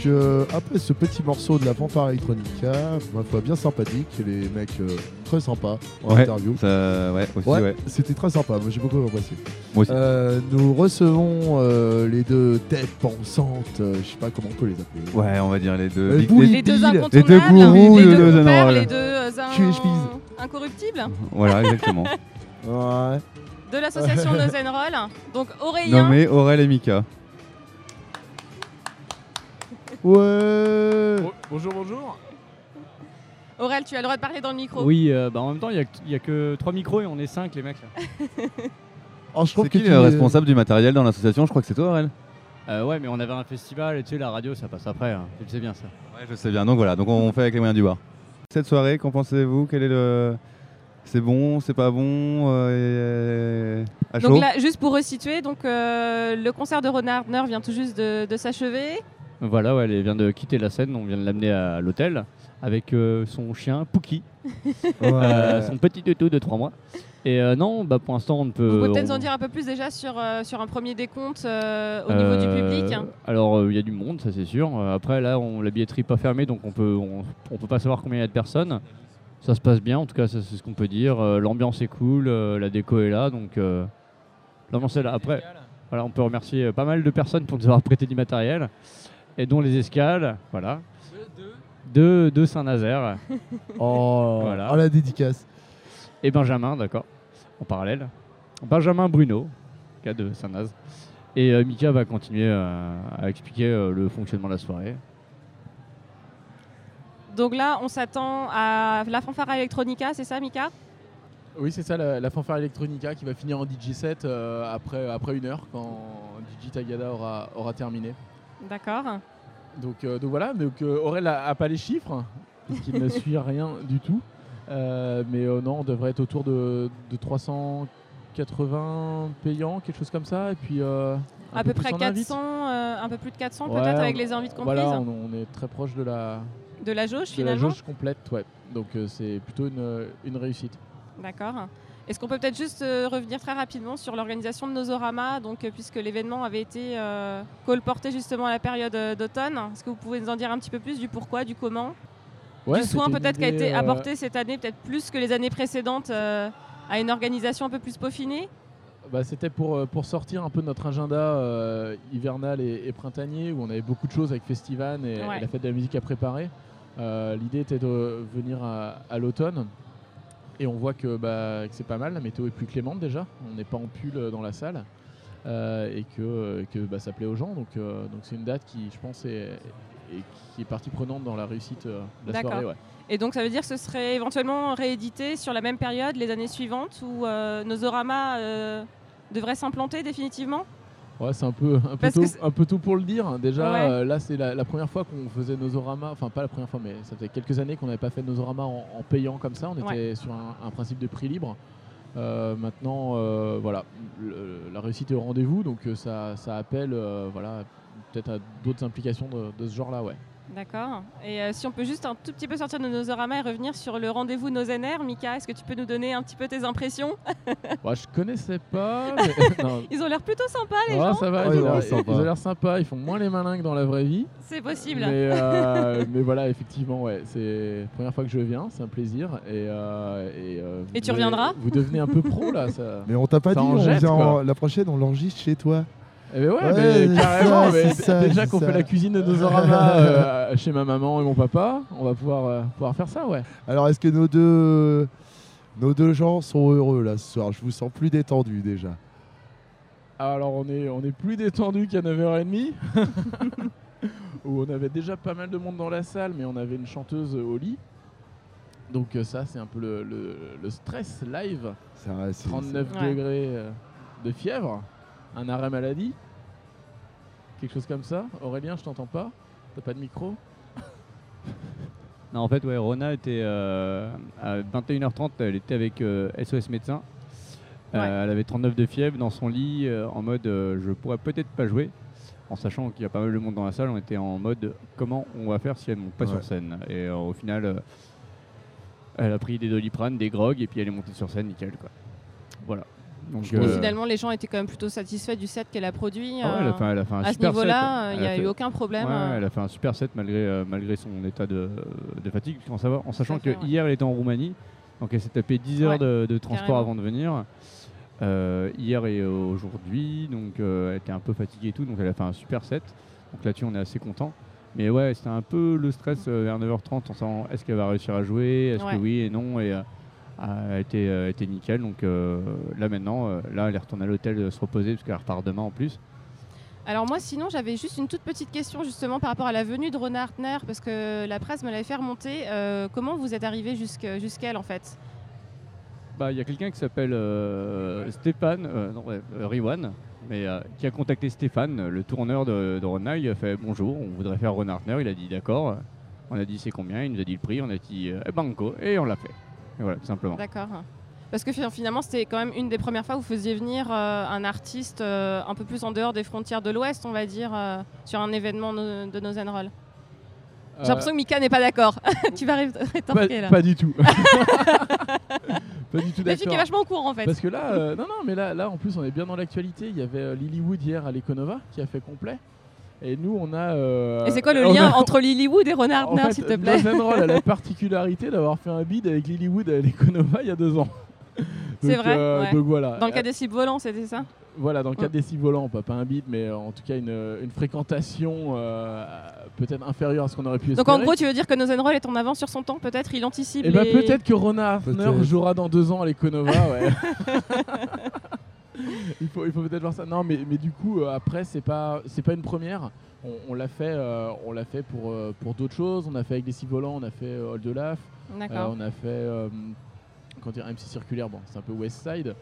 après ce petit morceau de la fanfare Electronica, ma foi bien sympathique, les mecs très sympas en interview. Ouais. C'était très sympa, moi j'ai beaucoup apprécié. Moi aussi. Nous recevons les deux têtes pensantes, je sais pas comment on peut les appeler. Ouais, on va dire les deux. Les deux incontournables, les deux gourous, les les deux deux compères, Zen les deux incorruptibles. Voilà, exactement. Ouais. De l'association No Zen Roll. Donc Aurélien. Nommé Aurel et Mika. Ouais. Bonjour. Aurel, tu as le droit de parler dans le micro. Oui, en même temps, il y a que 3 micros et on est 5 les mecs là. Oh, je trouve C'est qui que le responsable du matériel dans l'association? Je crois que c'est toi, Aurel. Ouais, mais on avait un festival et tu sais, la radio ça passe après, hein. Tu le sais bien ça. Ouais, je sais bien. Donc voilà, donc on fait avec les moyens du bord. Cette soirée, qu'en pensez-vous? Quel est le... C'est bon, c'est pas bon à chaud. Donc là, juste pour resituer, donc, le concert de Ron Hardner vient tout juste de s'achever. Voilà, ouais, elle vient de quitter la scène, on vient de l'amener à l'hôtel avec son chien Pookie, son petit toutou de 3 mois. Et non, bah, pour l'instant on ne peut... Vous pouvez peut-être en dire un peu plus déjà sur un premier décompte au niveau du public. Alors il y a du monde, ça c'est sûr. Après là, la billetterie n'est pas fermée, donc on peut pas savoir combien il y a de personnes. Ça se passe bien, en tout cas ça, c'est ce qu'on peut dire. L'ambiance est cool, la déco est là, donc l'ambiance est là. Après, voilà, on peut remercier pas mal de personnes pour nous avoir prêté du matériel, et dont les escales, voilà. De Saint-Nazaire. Voilà. La dédicace. Et Benjamin, d'accord, en parallèle. Benjamin Bruno, cas de Saint-Nazaire. Et Mika va continuer à expliquer le fonctionnement de la soirée. Donc là, on s'attend à la fanfare Electronica, c'est ça, Mika? Oui, c'est ça, la fanfare Electronica qui va finir en DJ set après 1 heure quand DJ Tagada aura terminé. D'accord. Donc voilà, donc Aurel a pas les chiffres, puisqu'il ne suit rien du tout. Mais non, on devrait être autour de 380 payants, quelque chose comme ça. Et puis à peu près 400, un peu plus de 400 peut-être avec les invites comprises. Voilà, on est très proche de la jauge finalement. La jauge complète, ouais. Donc c'est plutôt une réussite. D'accord. Est-ce qu'on peut peut-être juste revenir très rapidement sur l'organisation de Nosorama, donc, puisque l'événement avait été colporté justement à la période d'automne. Est-ce que vous pouvez nous en dire un petit peu plus du pourquoi, du comment, du soin peut-être qui a été apporté cette année, peut-être plus que les années précédentes, à une organisation un peu plus peaufinée? C'était pour sortir un peu de notre agenda hivernal et printanier, où on avait beaucoup de choses avec Festival et la fête de la musique à préparer. L'idée était de venir à l'automne. Et on voit que c'est pas mal, la météo est plus clémente déjà, on n'est pas en pull dans la salle et que ça plaît aux gens. Donc c'est une date qui, je pense, qui est partie prenante dans la réussite de la soirée. Ouais. Et donc ça veut dire que ce serait éventuellement réédité sur la même période les années suivantes où Nosorama devrait s'implanter définitivement? Ouais, c'est un peu tôt pour le dire. Déjà, là, c'est la première fois qu'on faisait Nosorama. Enfin, pas la première fois, mais ça faisait quelques années qu'on n'avait pas fait Nosorama en payant comme ça. On était sur un principe de prix libre. Maintenant, voilà, la réussite est au rendez-vous. Donc, ça appelle peut-être à d'autres implications de ce genre-là. Ouais. D'accord. Et si on peut juste un tout petit peu sortir de Nosorama et revenir sur le rendez-vous Nozener, Mika, est-ce que tu peux nous donner un petit peu tes impressions? Je connaissais pas. Mais... non. Ils ont l'air plutôt sympas, les gens. Ça va, ils ont l'air sympas. Ils font moins les malins que dans la vraie vie. C'est possible. Mais voilà, effectivement, ouais, c'est la première fois que je viens, c'est un plaisir. Et tu reviendras? Vous devenez un peu pro là. Ça, mais on t'a pas dit, la prochaine, on l'enregistre chez toi. Eh ben mais carrément. Déjà qu'on fait la cuisine de Nosorama chez ma maman et mon papa, on va pouvoir faire ça, ouais. Alors, est-ce que nos deux gens sont heureux là ce soir? Je vous sens plus détendu déjà. Alors, on est plus détendu qu'à 9h30. Où on avait déjà pas mal de monde dans la salle, mais on avait une chanteuse au lit. Donc ça, c'est un peu le stress live. 39 degrés de fièvre. Un arrêt maladie, quelque chose comme ça. Aurélien, je t'entends pas. T'as pas de micro? Non, en fait, ouais, Rona était à 21h30, elle était avec SOS Médecins. Elle avait 39 de fièvre dans son lit, en mode je pourrais peut-être pas jouer. En sachant qu'il y a pas mal de monde dans la salle, on était en mode comment on va faire si elle ne monte pas sur scène. Et au final, elle a pris des Doliprane, des grogs, et puis elle est montée sur scène, nickel, quoi. Voilà. Donc, Et finalement, les gens étaient quand même plutôt satisfaits du set qu'elle a produit. Ah ouais, elle a fait un à ce super niveau-là, set. il n'y a eu aucun problème. Ouais, elle a fait un super set malgré son état de fatigue, en sachant que hier elle était en Roumanie, donc elle s'est tapé 10 heures de transport carrément. avant de venir. Hier et aujourd'hui, donc elle était un peu fatiguée et tout, donc elle a fait un super set. Donc là-dessus, on est assez content. Mais ouais, c'était un peu le stress vers 9h30 en sachant est-ce qu'elle va réussir à jouer, est-ce que oui et non. Et elle était nickel. Donc là maintenant, là elle est retournée à l'hôtel se reposer parce qu'elle repart demain en plus. Alors moi sinon j'avais juste une toute petite question justement par rapport à la venue de Rona Hartner parce que la presse me l'avait fait remonter. Comment vous êtes arrivé jusqu'à elle en fait? Bah, il y a quelqu'un qui s'appelle Stéphane, Riwan, mais qui a contacté Stéphane, le tourneur de Rona. Il a fait bonjour, on voudrait faire Rona Hartner. Il a dit d'accord. On a dit c'est combien, il nous a dit le prix, on a dit banco et on l'a fait. Et voilà, tout simplement. D'accord. Parce que finalement, c'était quand même une des premières fois où vous faisiez venir un artiste un peu plus en dehors des frontières de l'Ouest, on va dire, sur un événement de No Zen Roll. J'ai l'impression que Mika n'est pas d'accord. Tu vas rétorquer là. Pas du tout. Pas du tout La fille d'accord. qui est vachement au courant en fait. Parce que là, mais là en plus on est bien dans l'actualité. Il y avait Lilywood hier à l'Econova qui a fait complet. Et nous on a. Et c'est quoi le lien entre Lilywood et Rona Hartner, en fait, s'il te plaît? No Zen Roll a la particularité d'avoir fait un bid avec Lilywood à l'Econova il y a 2 ans. C'est vrai. Ouais. Donc voilà. Dans le cas des cibles volants, c'était ça? Voilà, dans le cadre des cibles volants, pas un bid, mais en tout cas une fréquentation peut-être inférieure à ce qu'on aurait pu espérer. Donc en gros, tu veux dire que No Zen Roll est en avance sur son temps, peut-être? Il anticipe Et les... peut-être que Rona Hartner jouera dans 2 ans à l'Econova, ouais. il faut peut-être voir ça. Non, mais du coup, après, c'est pas une première. On l'a fait pour d'autres choses. On a fait avec des cibles volants, on a fait Hold the Laugh. D'accord. On a fait MC Circulaire, bon, c'est un peu West Side.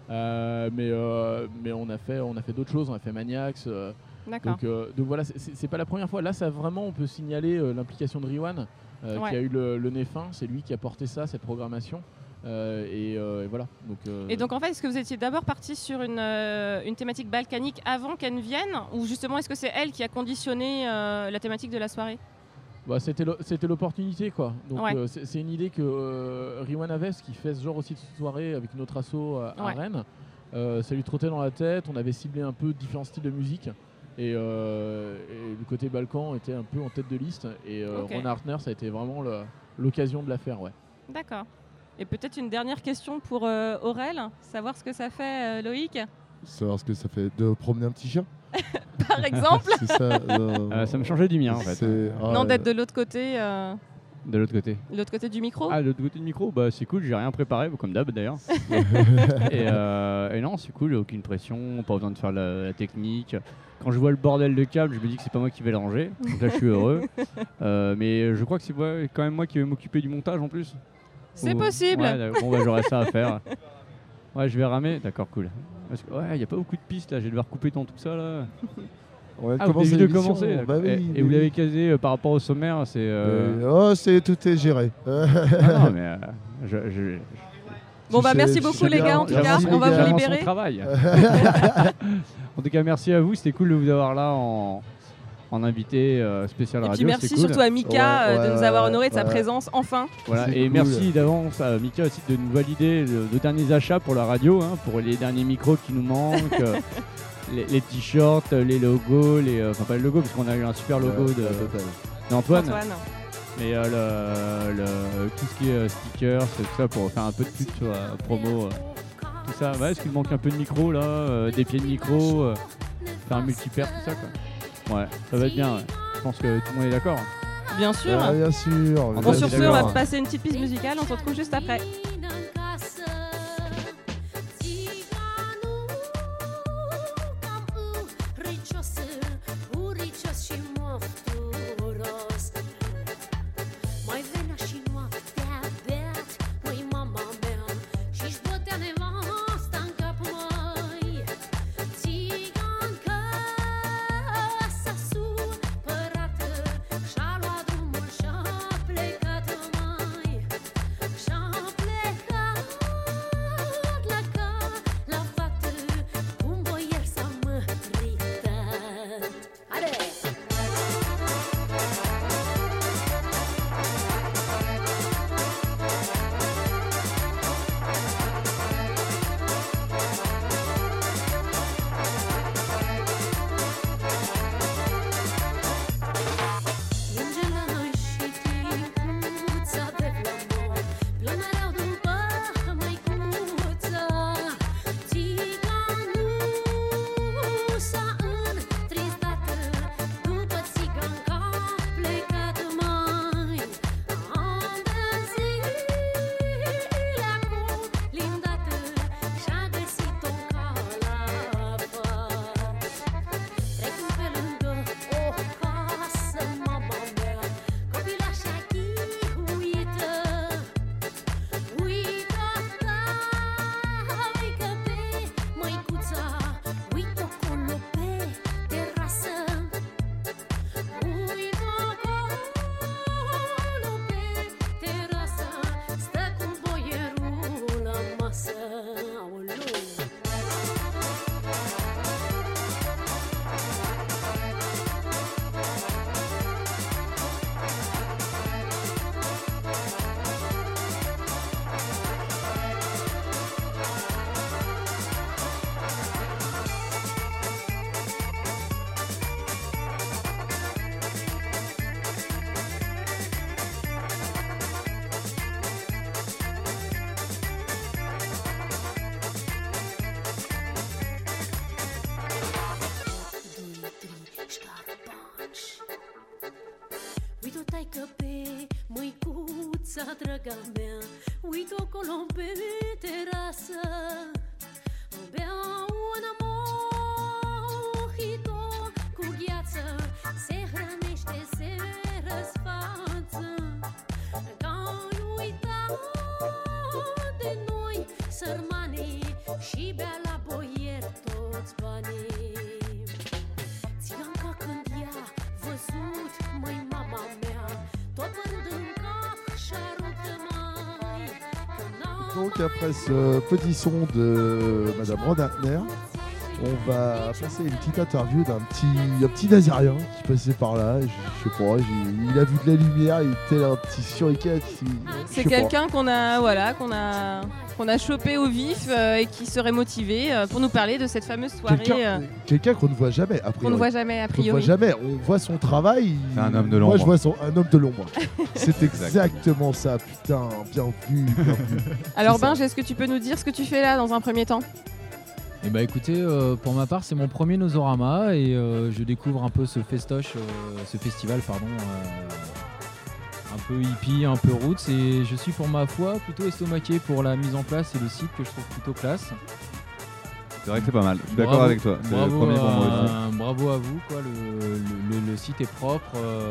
Mais on a fait d'autres choses, on a fait Maniacs. D'accord. Donc voilà, c'est pas la première fois. Là, ça vraiment, on peut signaler l'implication de Riwan, qui a eu le nez fin. C'est lui qui a porté ça, cette programmation. Et voilà. Et donc en fait, est-ce que vous étiez d'abord parti sur une thématique balkanique avant qu'elle ne vienne, ou justement est-ce que c'est elle qui a conditionné la thématique de la soirée? Bah, c'était l'opportunité quoi. Donc ouais. C'est une idée que Riwan Aves qui fait ce genre aussi de soirée avec une autre asso à Rennes, ça lui trottait dans la tête. On avait ciblé un peu différents styles de musique et le côté Balkan était un peu en tête de liste et Rona Hartner ça a été vraiment l'occasion de la faire, ouais. D'accord. Et peut-être une dernière question pour Aurel, savoir ce que ça fait Loïc. Savoir ce que ça fait de promener un petit chien. Par exemple. C'est ça. Ça me changeait du mien en fait. Non, d'être de l'autre côté. De l'autre côté. De l'autre côté du micro. Ah, de l'autre côté du micro, bah c'est cool, j'ai rien préparé, comme d'hab d'ailleurs. et non, c'est cool, aucune pression, pas besoin de faire la technique. Quand je vois le bordel de câbles, je me dis que c'est pas moi qui vais le ranger. Donc là, je suis heureux. Mais je crois que c'est quand même moi qui vais m'occuper du montage en plus. C'est possible. Ouais, bon, bah, j'aurai ça à faire. Ouais, je vais ramer. D'accord, cool. Parce que, ouais, il n'y a pas beaucoup de pistes là, je vais devoir couper dans tout ça là. On vient de vous commencer avez l'émission. commencer. Bah oui, et vous l'avez casé par rapport au sommaire, c'est. Tout est géré. non, mais bon bah merci beaucoup les gars, en tout cas, on va vous libérer. Travail. En tout cas, merci à vous, c'était cool de vous avoir là en invité spécial radio. Et puis merci cool. surtout à Mika de nous avoir honoré de sa présence enfin. Voilà, et merci d'avance à Mika aussi de nous valider les derniers achats pour la radio, hein, pour les derniers micros qui nous manquent, les t-shirts, les logos, enfin pas le logo parce qu'on a eu un super logo d'Antoine. Mais tout ce qui est stickers, tout ça pour faire un peu de pub sur la promo. Tout ça, ouais, est-ce qu'il manque un peu de micro là, des pieds de micro, faire un multipaire, tout ça quoi. Ouais, ça va être bien, ouais. Je pense que tout le monde est d'accord. Bien sûr. Bien sûr. Bon, sur ce, on va passer une petite piste musicale, on se retrouve juste après. Și-a plecat mai, și-a plecat măicuța draga mea, uit acolo pe terasă, beau un mojito cu gheață, se hrănește, se răsfață. Că-ai uitat de noi, sărmanii, și bea la boier toți banii. Țiganca când i-a văzut, măi, mama mea, tot părând în cap și-a rupt mai. Donc après ce petit son de Madame Rodantner, on va passer une petite interview d'un petit Nazérien qui passait par là. Je sais pas, il a vu de la lumière, il était un petit suricate. C'est quelqu'un qu'on a chopé au vif et qui serait motivé pour nous parler de cette fameuse soirée. Quelqu'un qu'on ne voit jamais, a priori. Qu'on ne voit jamais, a priori. On ne voit jamais, on voit son travail. C'est un homme de l'ombre. Moi, je vois un homme de l'ombre. C'est exactement ça, putain, bien vu. Alors Binge, est-ce que tu peux nous dire ce que tu fais là dans un premier temps ? Eh bah écoutez, pour ma part c'est mon premier Nosorama et je découvre un peu ce festoche, ce festival pardon, un peu hippie, un peu roots et je suis pour ma foi plutôt estomaqué pour la mise en place et le site que je trouve plutôt classe. C'est vrai que c'est pas mal, je suis d'accord avec toi. C'est le premier pour moi aussi. Bravo à vous, quoi. Le site est propre,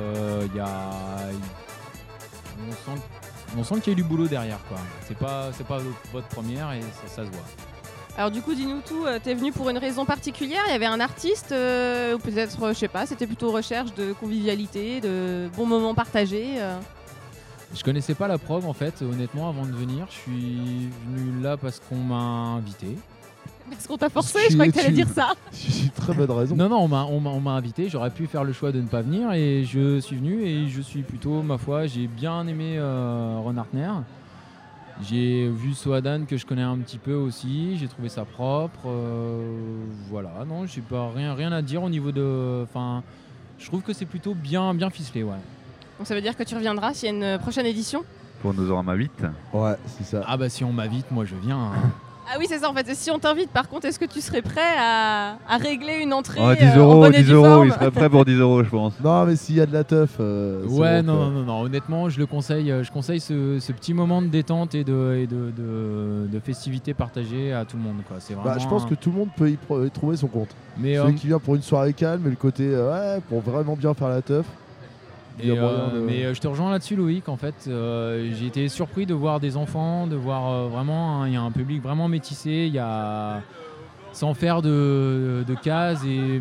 on sent qu'il y a du boulot derrière, quoi. C'est pas votre première et ça se voit. Alors du coup, dis-nous tout, t'es venu pour une raison particulière ? Il y avait un artiste ou peut-être, je sais pas, c'était plutôt recherche de convivialité, de bons moments partagés Je connaissais pas la prog en fait, honnêtement, avant de venir. Je suis venu là parce qu'on m'a invité. Parce qu'on t'a forcé, je crois que t'allais dire ça. C'est une très bonne raison. Non, on m'a invité, j'aurais pu faire le choix de ne pas venir et je suis venu et je suis plutôt, ma foi, j'ai bien aimé Ron Hartner. J'ai vu Soadan que je connais un petit peu aussi, j'ai trouvé ça propre. Voilà, non, j'ai pas rien à dire au niveau de. Enfin, je trouve que c'est plutôt bien ficelé, ouais. Donc ça veut dire que tu reviendras s'il y a une prochaine édition ? Pour Nosorama 8. Ouais, c'est ça. Ah bah si on m'invite, moi je viens. Hein. Ah oui, c'est ça en fait. Et si on t'invite, par contre, est-ce que tu serais prêt à régler une entrée 10 en euros, bonne et 10 due euros, forme ? il serait prêt pour 10 euros, je pense. Non, mais s'il y a de la teuf. Ouais, bon, non, honnêtement, je le conseille. Je conseille ce petit moment de détente et de festivité partagée à tout le monde, quoi. C'est vraiment. Je pense que tout le monde peut y trouver son compte. Mais celui qui vient pour une soirée calme et le côté pour vraiment bien faire la teuf. Mais je te rejoins là-dessus, Loïc. En fait, j'ai été surpris de voir des enfants, de voir vraiment, il y a un public vraiment métissé. Il y a, sans faire de cases et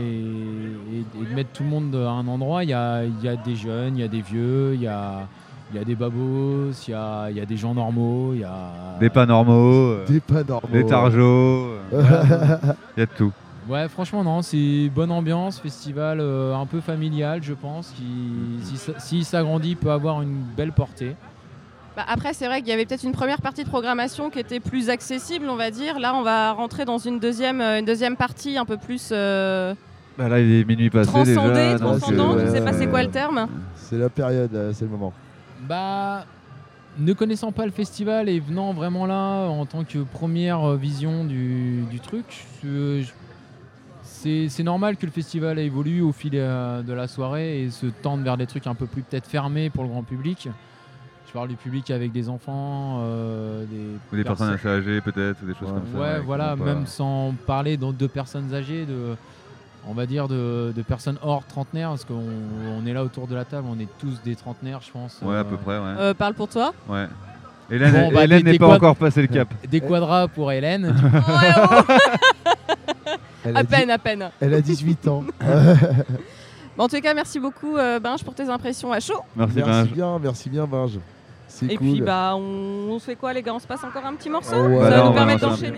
de mettre tout le monde à un endroit. Il y a des jeunes, il y a des vieux, il y a des babos, il y a des gens normaux, il y a des pas normaux, des targeaux. Il y a de tout. Ouais, franchement, non, c'est bonne ambiance, festival un peu familial, je pense, qui, si s'agrandit, peut avoir une belle portée. Après, c'est vrai qu'il y avait peut-être une première partie de programmation qui était plus accessible, on va dire. Là, on va rentrer dans une deuxième partie un peu plus là, il est minuit passé déjà. Transcendante, je sais pas c'est quoi le terme. C'est la période, c'est le moment. Ne connaissant pas le festival et venant vraiment là en tant que première vision du truc, c'est normal que le festival évolue au fil de la soirée et se tende vers des trucs un peu plus peut-être fermés pour le grand public. Je parle du public avec des enfants, des personnes assez âgées peut-être, ou des choses comme ça. Ouais, voilà, même sans parler de personnes âgées, on va dire de personnes hors trentenaire, parce qu'on est là autour de la table, on est tous des trentenaires, je pense. Ouais, à peu près, ouais. Parle pour toi. Ouais. Hélène n'est pas encore passé le cap. Des quadras pour Hélène. À peine. Elle a 18 ans. En tout cas, merci beaucoup Binge pour tes impressions à chaud. Merci bien Binge. C'est et cool. Puis on se fait quoi les gars ? On se passe encore un petit morceau ? Ouais, ça va nous permettre d'enchaîner.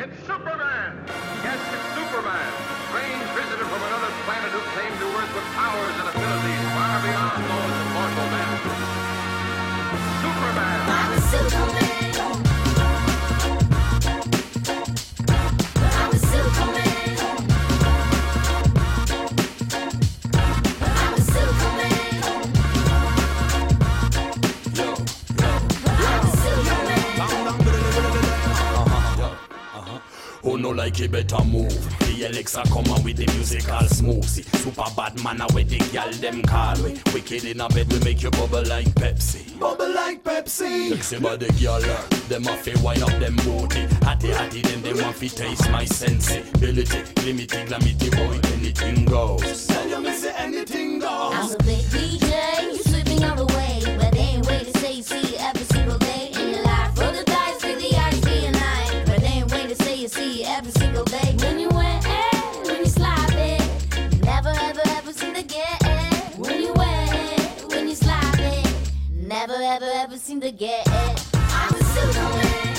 Who no like it better move. Alexa come on with the musical smoothie. Super bad man where the gal them call we. Wicked in a bed we make you bubble like Pepsi. Bubble like Pepsi. Sexy body girl, them a fi wind up them booty. Hattie then them want fi taste my sensibility. Limity, glamity boy, anything goes. Tell you me say anything goes. I'm a big DJ, you sweeping all the way, but they ain't wait to say you see it every single day in your life. Roll the dice with the odds being high, but they ain't wait to say you see it every single day. When you wet, when you slide it, never ever seem to get it. When you wet, when you slide it, never ever seem to get it. I'm a Superman.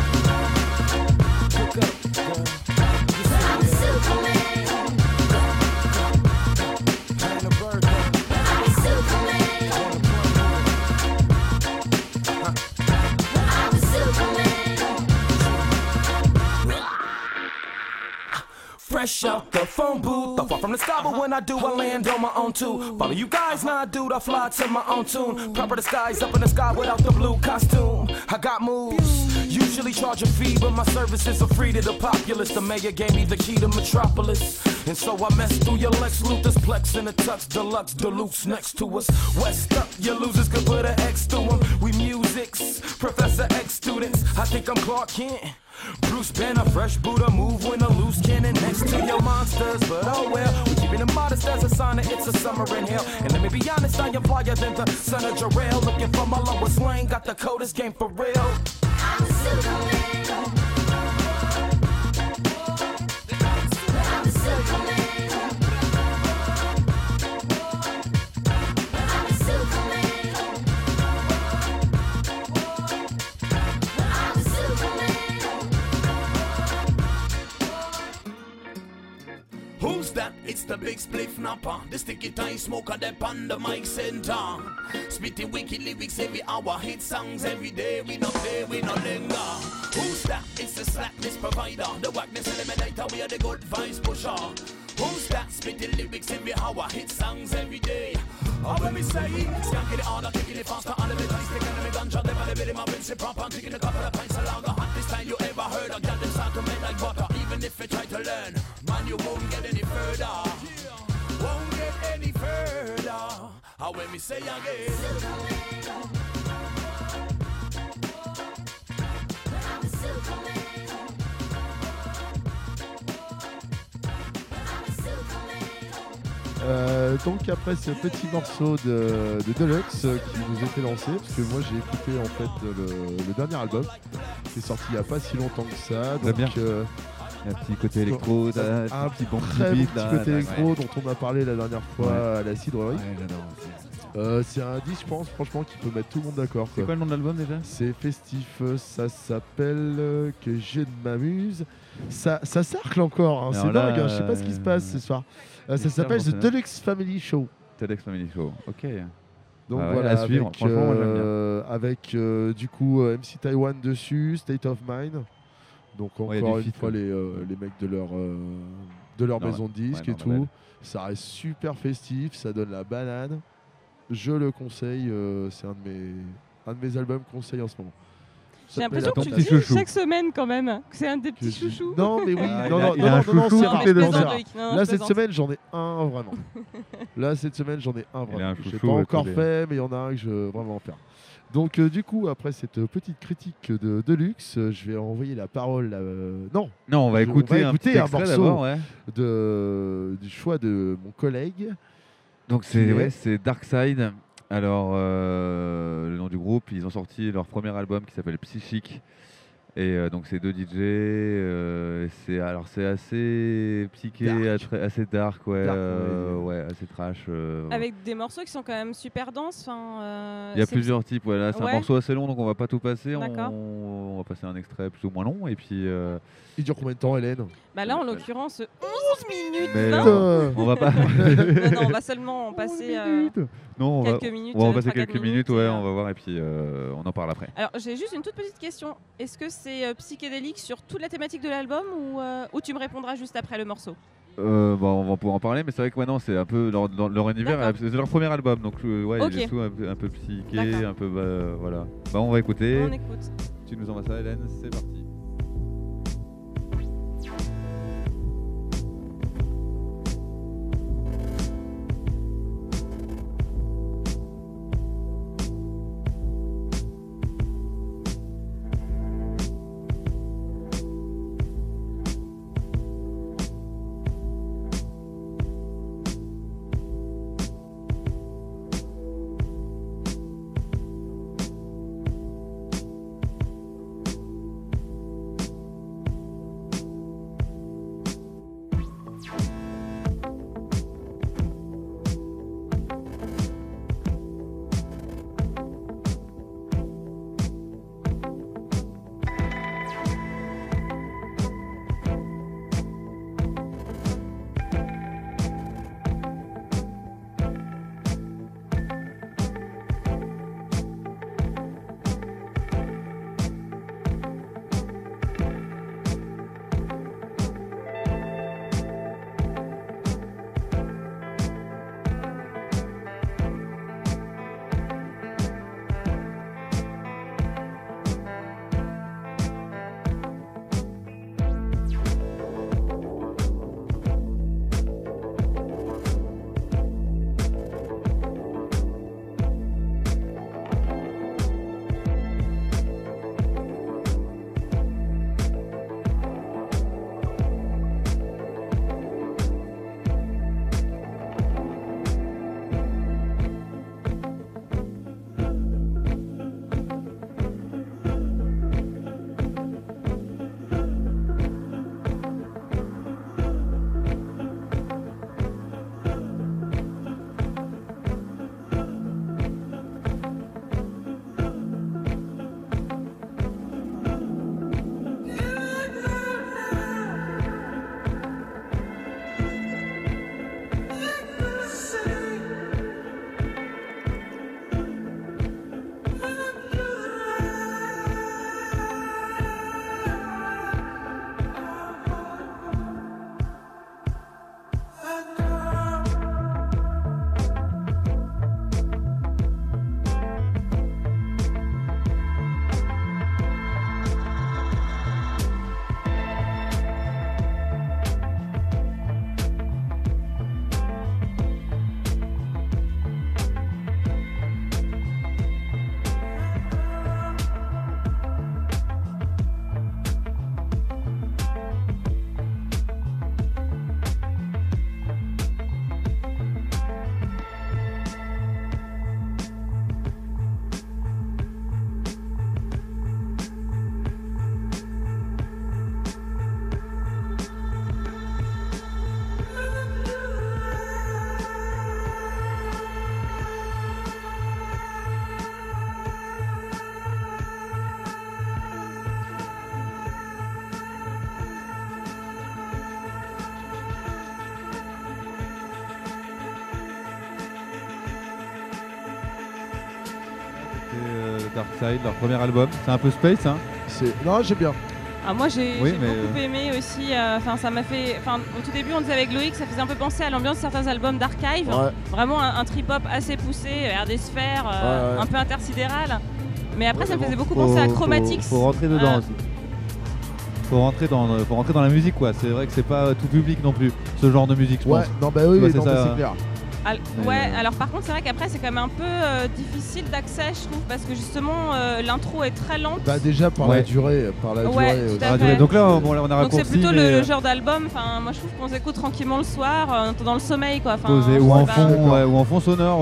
I'm a Superman. Fresh out the phone booth, I fall from the sky, but when I do, I land on my own too. Follow you guys, now I do, I fly to my own tune. Proper disguise up in the sky without the blue costume. I got moves, usually charge a fee, but my services are free to the populace. The mayor gave me the key to Metropolis, and so I messed through your Lex Luthor's Plex in a Tux Deluxe Deluxe next to us. West up, your losers could put an X to them. We musics, Professor X students. I think I'm Clark Kent. Bruce Banner, fresh Buddha, move when a loose cannon next to your monsters. But oh well, we keeping it modest as a sign that it's a summer in hell. And let me be honest, I am flyer than the son of Jarrell. Looking for my lowest lane, got the coldest game for real. I'm a Superman. I'm a Superman. Who's that? It's the big spliff napper. The sticky tie smoker, that on the mic center. Spitting wicked lyrics every hour. Hit songs every day. We no play, we no linger. Who's that? It's the slackness provider. The whackness eliminator. We are the good vibes pusher. Who's that? Spitting lyrics every hour. Hit songs every day. Oh, when we say, skanking it harder, kicking it faster, on the bit, ice, taking the ganja, never the bit, my Vincent proper, I'm taking a couple of pints of longer. Hottest time you ever heard of, got them start to make like butter. Even if you try to learn, man, you won't get any further. Won't get any further. Oh, when we say again. Donc après ce petit morceau de Deluxe qui nous était lancé, parce que moi j'ai écouté en fait le dernier album qui est sorti il n'y a pas si longtemps que ça. Donc, bien. Il y a un petit côté électro, un petit bon petit côté électro dont on a parlé la dernière fois à la cidrerie. Ouais, j'adore aussi. C'est un disque, je pense, franchement, qui peut mettre tout le monde d'accord. C'est quoi le nom de l'album déjà? C'est festif, ça s'appelle Que je ne m'amuse. Ça cercle encore, hein, c'est dingue, hein, je sais pas ce qui se passe ce soir. Ça s'appelle The Deluxe Family Show. Deluxe Family Show, ok. Donc ouais, voilà, à suivre, avec, franchement, moi j'aime bien. Avec du coup MC Taiwan dessus, State of Mind. Donc encore une fois les mecs de leur maison de disques et tout. Ça reste super festif, ça donne la banane. Je le conseille, c'est un de mes albums conseils en ce moment. J'ai l'impression que tu dis chaque semaine quand même que c'est un des petits chouchous. Non mais oui, non, c'est rare. Là cette semaine j'en ai un vraiment. Je l'ai pas encore fait, mais il y en a un que je veux vraiment faire. Donc du coup après cette petite critique de Deluxe, je vais envoyer la parole. Non, on va écouter un morceau du choix de mon collègue. Donc c'est Darkside. Alors, le nom du groupe, ils ont sorti leur premier album qui s'appelle Psychique. Et donc, c'est deux DJ. C'est assez psyché, assez dark, ouais, assez trash. Avec des morceaux qui sont quand même super denses. Il y a plusieurs types. Ouais, là, c'est un morceau assez long, donc on va pas tout passer. On va passer un extrait plus ou moins long. Et puis. Il dure combien de temps, Hélène? Bah là, en l'occurrence, 11 minutes. Mais 20. On va pas. non, on va seulement passer quelques minutes. On va passer quelques minutes, ouais, on va voir et puis on en parle après. Alors, j'ai juste une toute petite question. Est-ce que c'est psychédélique sur toute la thématique de l'album ou tu me répondras juste après le morceau? On va pouvoir en parler, mais c'est vrai que maintenant c'est un peu dans leur univers, c'est leur premier album, donc ouais, il y a des sous un peu psyché, un peu voilà. Bah on va écouter. On écoute. Tu nous envoies ça, Hélène, c'est parti. Dark Side, leur premier album. C'est un peu space, hein. Non, j'aime bien. Ah, moi j'ai Oui, mais, beaucoup aimé aussi. Enfin, ça m'a fait. Enfin, au tout début, on disait avec Loïc, ça faisait un peu penser à l'ambiance de certains albums d'Archive. Ouais. Vraiment un trip-hop assez poussé, vers des sphères, Ouais. un peu intersidéral. Mais après, ça me mais faisait bon, beaucoup penser à Chromatics. Faut rentrer dedans aussi. Faut rentrer dans la musique, quoi. C'est vrai que c'est pas tout public non plus, ce genre de musique, je Ouais, pense. non, bah oui, Tu vois, oui, non, ça. mais c'est clair. Ouais, alors par contre, c'est vrai qu'après, c'est quand même un peu difficile d'accès, je trouve, parce que justement, l'intro est très lente. Bah déjà par la durée, Ouais, aussi. tout à fait. Donc là, bon, on a Donc raccourci. c'est plutôt mais, le genre d'album, enfin moi je trouve qu'on s'écoute tranquillement le soir, dans le sommeil quoi. Enfin, posé, je ou sais en pas. fond, ouais, ou en fond sonore.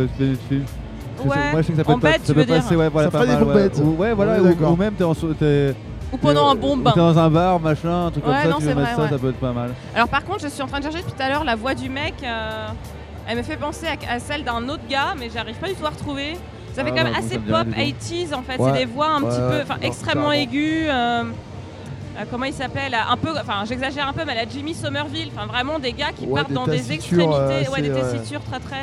Ouais, moi, je sais que ça peut en être pas, bête, ça tu peut veux passer, dire. ouais, voilà, Ça pas fait des mal, bombettes. ouais, voilà, Ouais, d'accord. ou même t'es Ou pendant un bon bain. T'es dans un bar, machin, un truc Ouais, comme ça, non, tu veux c'est mettre vrai, ça, ouais. ça peut être pas mal. Alors par contre, je suis en train de chercher depuis tout à l'heure la voix du mec. Elle me fait penser à celle d'un autre gars, mais j'arrive pas du tout à retrouver. Ça fait Ah, quand même non, assez ça me dit rien pop du tout. 80s en fait. Ouais. C'est des voix un petit Ouais, peu, enfin non, extrêmement carrément. aiguës. Comment il s'appelle un peu, enfin j'exagère un peu, mais à la Jimmy Somerville. Enfin vraiment des gars qui Ouais, partent des dans des tessitures, extrémités, ouais, des assez, tessitures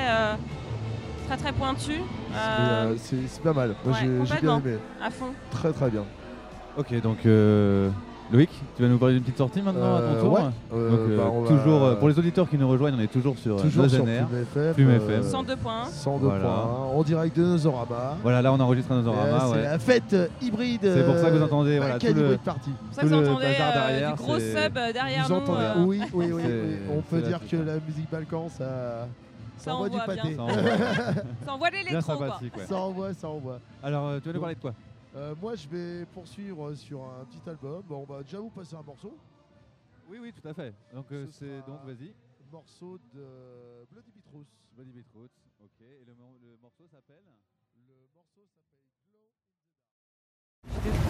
très pointues. C'est pas mal. Moi ouais, j'ai bien complètement, aimé. à fond. Très très bien. Ok, donc Loïc, tu vas nous parler d'une petite sortie maintenant à ton tour. ouais. Donc, Bah, on toujours va- pour les auditeurs qui nous rejoignent, on est toujours sur Toujours sur NozeNR, Plume FM. Plume FM. 102 points. 102 Voilà. points. En direct de Nosorama. Voilà, là on enregistre un Nosorama. C'est Ouais. la fête hybride. C'est pour ça que vous entendez voilà, tout Cannibal le Party. C'est pour ça que tout vous le entendez bazar derrière. du gros c'est- sub derrière Vous nous. entendez Oui, oui, oui. c'est- On peut c'est la dire fête, que ouais. la musique Balkan, ça envoie du envoie bien. pâté. Ça envoie. Ça envoie Bien l'électro quoi. sympathique, ouais. Ça envoie, ça envoie. Alors, tu vas nous parler de quoi? Moi, je vais poursuivre sur un petit album. Bon, on va déjà vous passer un morceau. Oui, oui, tout à fait. Donc, Ce c'est sera donc, vas-y. Morceau de Bloody Beetroots. Bloody Beetroots, ok. Et le morceau s'appelle? Le morceau s'appelle Glow.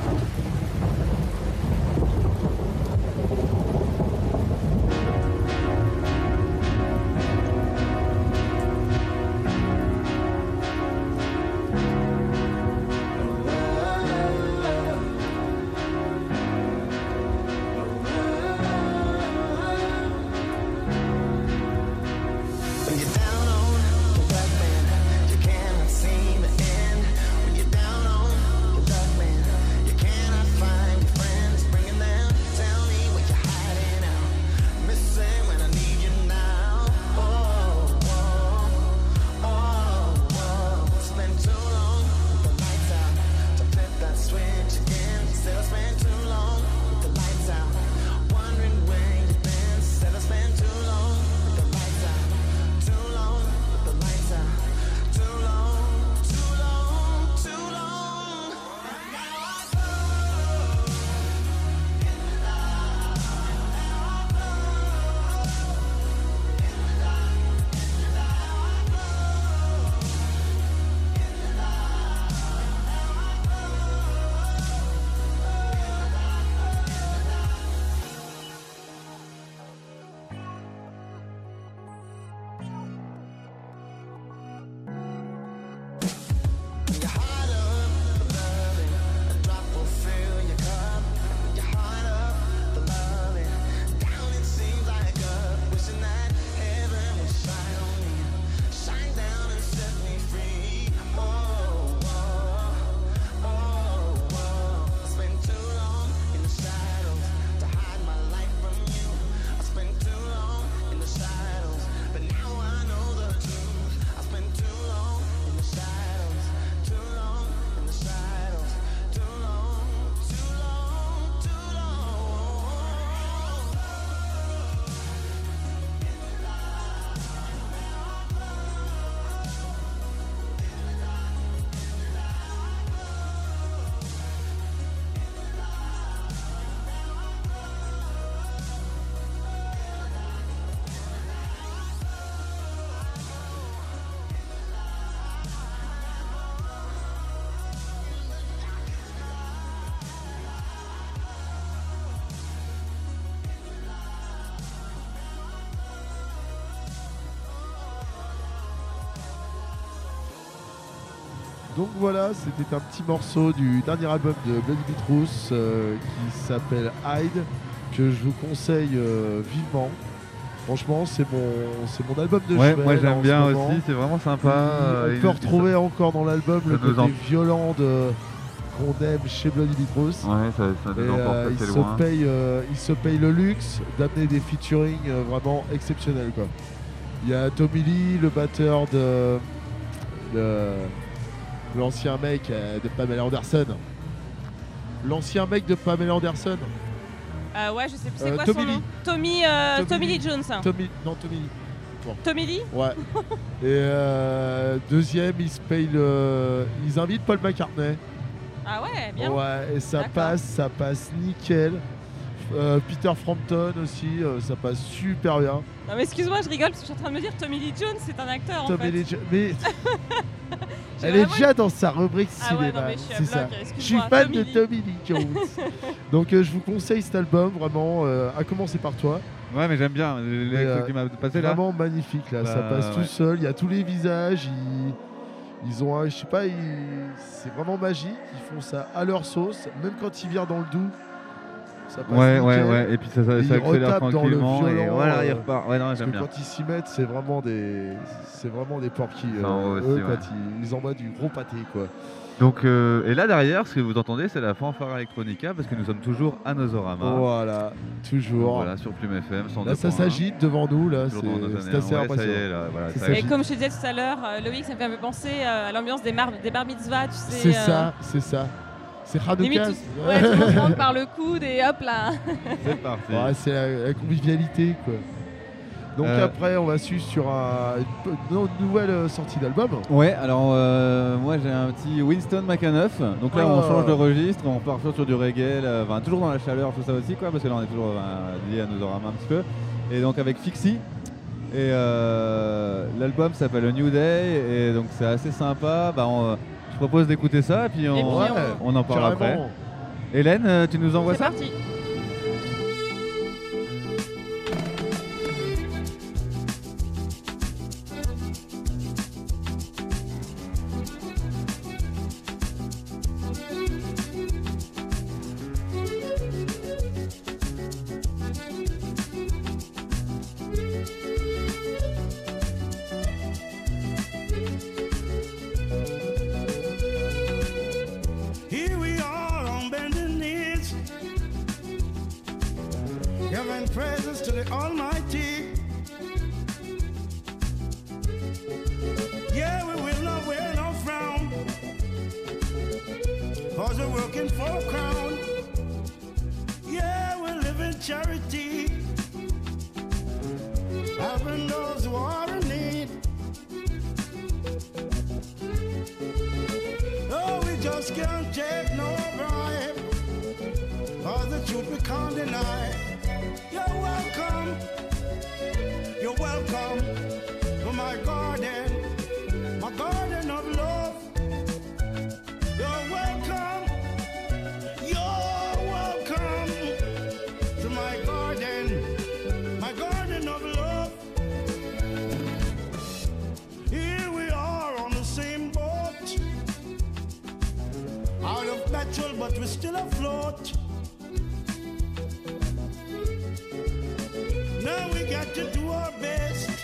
When you're down on your luck, man, you cannot seem to end. When you're down on your luck, man, you cannot find your friends. Bringing them, tell me what you're hiding out. Missing when I need you now. Oh, oh, oh, oh. Spend too long with the lights out to flip that switch again. Still spend too long with the lights out, wondering where you've been. Still spend too long with the lights out. Too long with the lights out. Too long, too long, too long. Your heart up for loving, a drop will fill your cup. Your heart up for loving, down it seems like up. Wishing that heaven would shine on me, shine down and set me free. Oh, oh, oh, oh. I spent too long in the shadows to hide my light from you. I spent too long in the shadows, but now I know the truth. I spent too long in the shadows. Too long in the shadows. Too long, too long, too long. Donc voilà, c'était un petit morceau du dernier album de Bloody Beetroots qui s'appelle Hide, que je vous conseille vivement. Franchement, c'est mon album de Ouais, chevet. moi là, j'aime en bien ce moment. aussi, c'est vraiment sympa. On peut retrouver encore dans l'album le nous côté violent qu'on aime chez Bloody Beat Rose. Ouais, ça nous emporte assez loin. Il se paye le luxe d'amener des featuring vraiment exceptionnels, quoi. Il y a Tommy Lee, le batteur de l'ancien mec de Pamela Anderson. L'ancien mec de Pamela Anderson. Ouais, je sais plus c'est quoi Tommy son nom. Lee. Tommy Lee Jones. Tommy Lee. Bon. Tommy Lee. Ouais. Et deuxième, ils invitent Paul McCartney. Ah ouais, bien. Ouais, et ça passe nickel. Peter Frampton aussi, ça passe super bien. Non mais excuse-moi, je rigole parce que je suis en train de me dire Tommy Lee Jones, c'est un acteur en fait. Tommy Lee Jones, mais elle est déjà dans sa rubrique cinéma. Ouais, non, mais je suis à bloc, je suis fan de Tommy Lee Jones. Donc je vous conseille cet album vraiment, à commencer par toi. Ouais, mais j'aime bien les qui m'a passé là. Vraiment magnifique là, ça passe tout seul. Il y a tous les visages. Ils ont, je sais pas, c'est vraiment magique. Ils font ça à leur sauce, même quand ils virent dans le doux. Ça passe ouais. Et puis ça accélère tranquillement. Dans le violon, et voilà, il repart. Ouais, non, j'aime bien. Quand ils s'y mettent, c'est vraiment des porquis. Aussi, quand ils envoient du gros pâté, quoi. Donc, et là derrière, ce que vous entendez, c'est la fanfare electronica parce que nous sommes toujours à Nosorama. Voilà, toujours. Donc, voilà, sur Plume FM. Là, ça s'agite devant nous, là. C'est assez impressionnant. Ça y est, là, voilà, et comme je te disais tout à l'heure, Loïc, ça me fait un peu penser à l'ambiance des bar mitzvahs, tu sais. C'est ça. C'est Hanouka. Ouais, tout le monde se prend par le coude et hop là. C'est parti. Ouais, c'est la convivialité, quoi. Donc après, on va suivre sur une nouvelle sortie d'album. Ouais, alors moi j'ai un petit Winston McAnuff. Donc là, on change de registre, on part sur du reggae, là, toujours dans la chaleur, tout ça aussi, quoi, parce que là on est toujours lié à Nosorama un petit peu. Et donc avec Fixie. Et l'album s'appelle A New Day, et donc c'est assez sympa. Je propose d'écouter ça, et puis on en parle après. Hélène, tu nous envoies ça ? C'est parti. But we're still afloat. Now we got to do our best,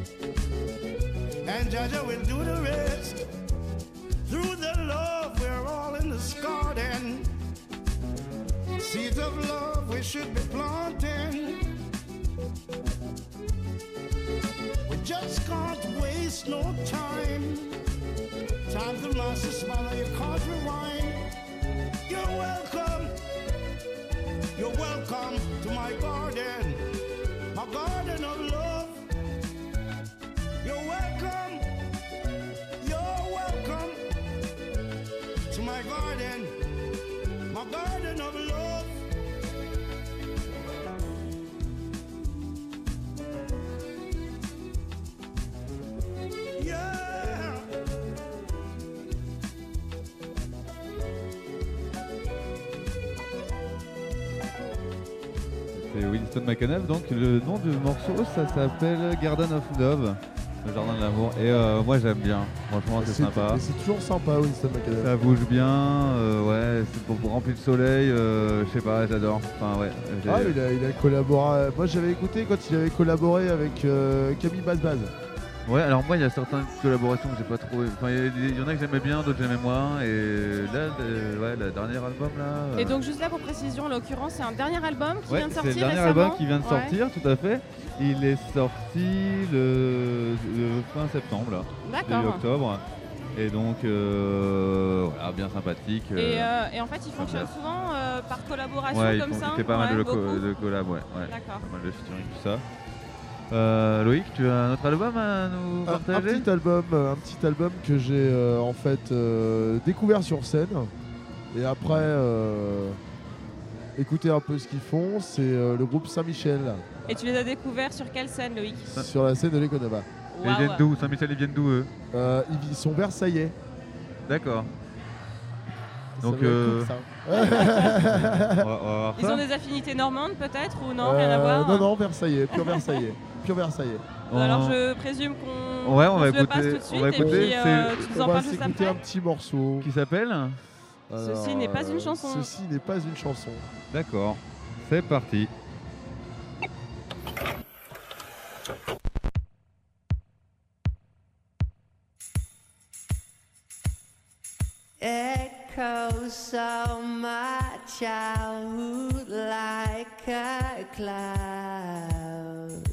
and Jaja will do the rest. Through the love, we're all in this garden. Seeds of love we should be planting. We just can't waste no time. Time to master smile, you can't rewind. You're welcome to my garden of love. You're welcome to my garden of love. Yeah. C'est Winston McAnuff, donc le nom du morceau ça s'appelle Garden of Love. Le jardin de l'amour. Et moi j'aime bien. Franchement c'est sympa. C'est toujours sympa Winston Macadam. Ça bouge bien. Ouais, c'est pour remplir de soleil. Je sais pas, j'adore. Enfin ouais. Il a collaboré. Moi j'avais écouté quand il avait collaboré avec Camille Baz. Ouais, alors moi il y a certaines collaborations que j'ai pas trouvé. Enfin il y en a que j'aimais bien, d'autres j'aimais moins. Et là, ouais, le dernier album là. Et donc juste là pour précision, en l'occurrence c'est un dernier album qui vient de sortir c'est le dernier récemment. album qui vient de sortir, tout à fait. Il est sorti le fin septembre là. D'accord. Début octobre. Et donc voilà, bien sympathique. Et en fait ils fonctionnent souvent par collaboration ouais, comme ça. Il fait pas mal de collab, ouais. D'accord. Pas mal de featuring, tout ça. Loïc, tu as un autre album à nous partager? Un petit album que j'ai en fait découvert sur scène et après écouter un peu ce qu'ils font, c'est le groupe Saint-Michel. Et tu les as découverts sur quelle scène, Loïc? Sur la scène de l'Economa. Wow. Ils viennent d'où? Saint-Michel, ils viennent d'où eux? Ils sont versaillais. D'accord. Donc on va voir ils ça. ont des affinités normandes peut-être ou non? Rien à voir? Non, versaillais, pur versaillais. Pur versaillais. Alors je présume qu'on on va se le écouter, passe tout de suite on va écouter, et puis tu nous en parles juste après. un petit morceau. Qui s'appelle Ceci n'est pas une chanson. Ceci n'est pas une chanson. D'accord, c'est parti. Echoes of my childhood like a cloud.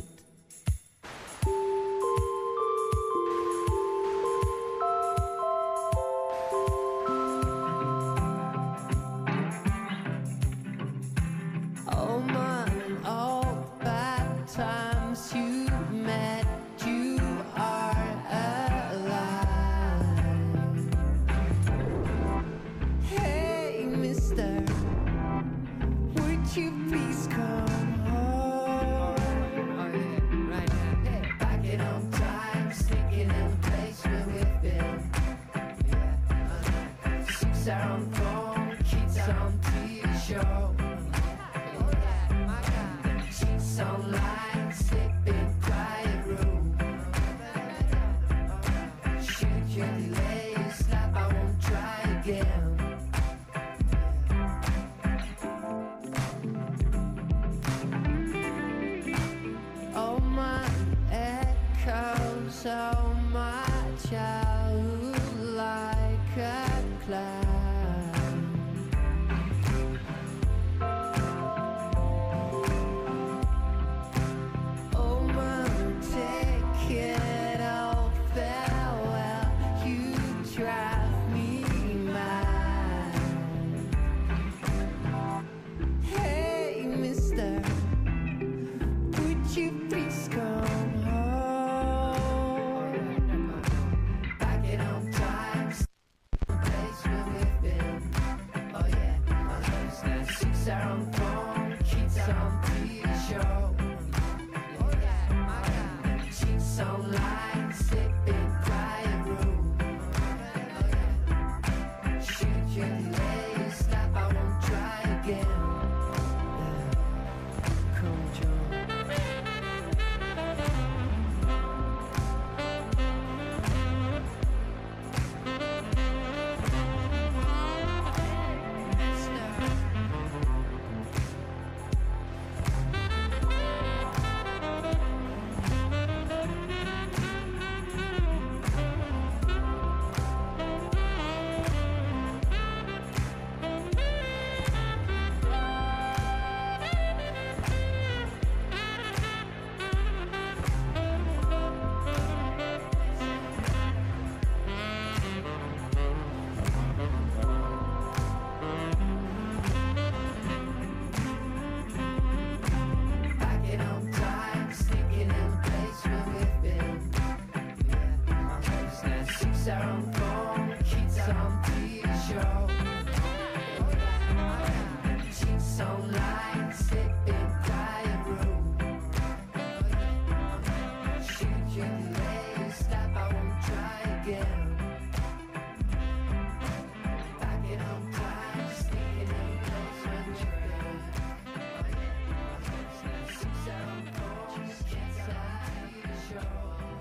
Oh man, all bad times you met, you are alive. Hey, mister, would you please come home? Oh, yeah, right now. Hey, back in on time, sneaking in the place where we've been. Yeah, chicks are on phone, kids are on TV show. Sheets online, sleep in quiet room. Should you delay your slap, I won't try again. Oh my echoes, oh my childhood like a cloud. Oh man, take it all farewell. You drive me mad. Hey, mister, would you please come home? Back in on time, place where we've been. Oh yeah, my name's now. Chicks are on phone, kids are on TV show. Cheats online, sleep in quiet room. Should you delay your slap, I won't try again. Come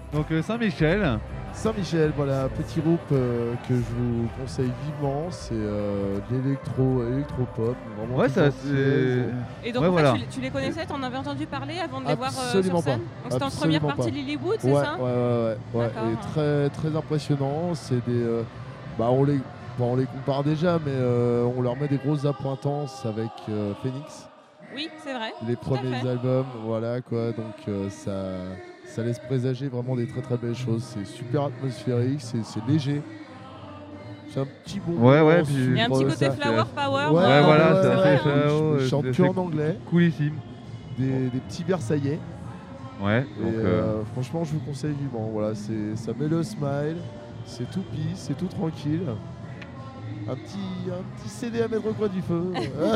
Donc Saint-Michel. Saint-Michel, voilà, petit groupe que je vous conseille vivement. C'est de l'électro-pop. Ouais, ça c'est. Et donc ouais, en fait, voilà. tu les connaissais, t'en avais entendu parler avant de les voir sur Absolument scène. pas. Donc c'était en Absolument première partie pas. Lilywood, c'est Ouais, ça? ouais. D'accord. Et très, très impressionnant. C'est des. On les compare déjà, mais on leur met des grosses appointances avec Phoenix. Oui, c'est vrai. Les tout à premiers fait. albums, voilà quoi. Donc ça laisse présager vraiment des très très belles choses. C'est super atmosphérique, c'est léger. C'est un petit bon. Ouais, puis Il y a un petit côté flower power. Ouais, voilà, c'est vrai, assez hein. flower. Je chante que en anglais. Coolissime. Des petits Versaillais. Ouais, donc. Et, franchement, je vous conseille vivement. Voilà, ça met le smile, c'est tout peace, c'est tout tranquille. Un petit CD à mettre au coin du feu.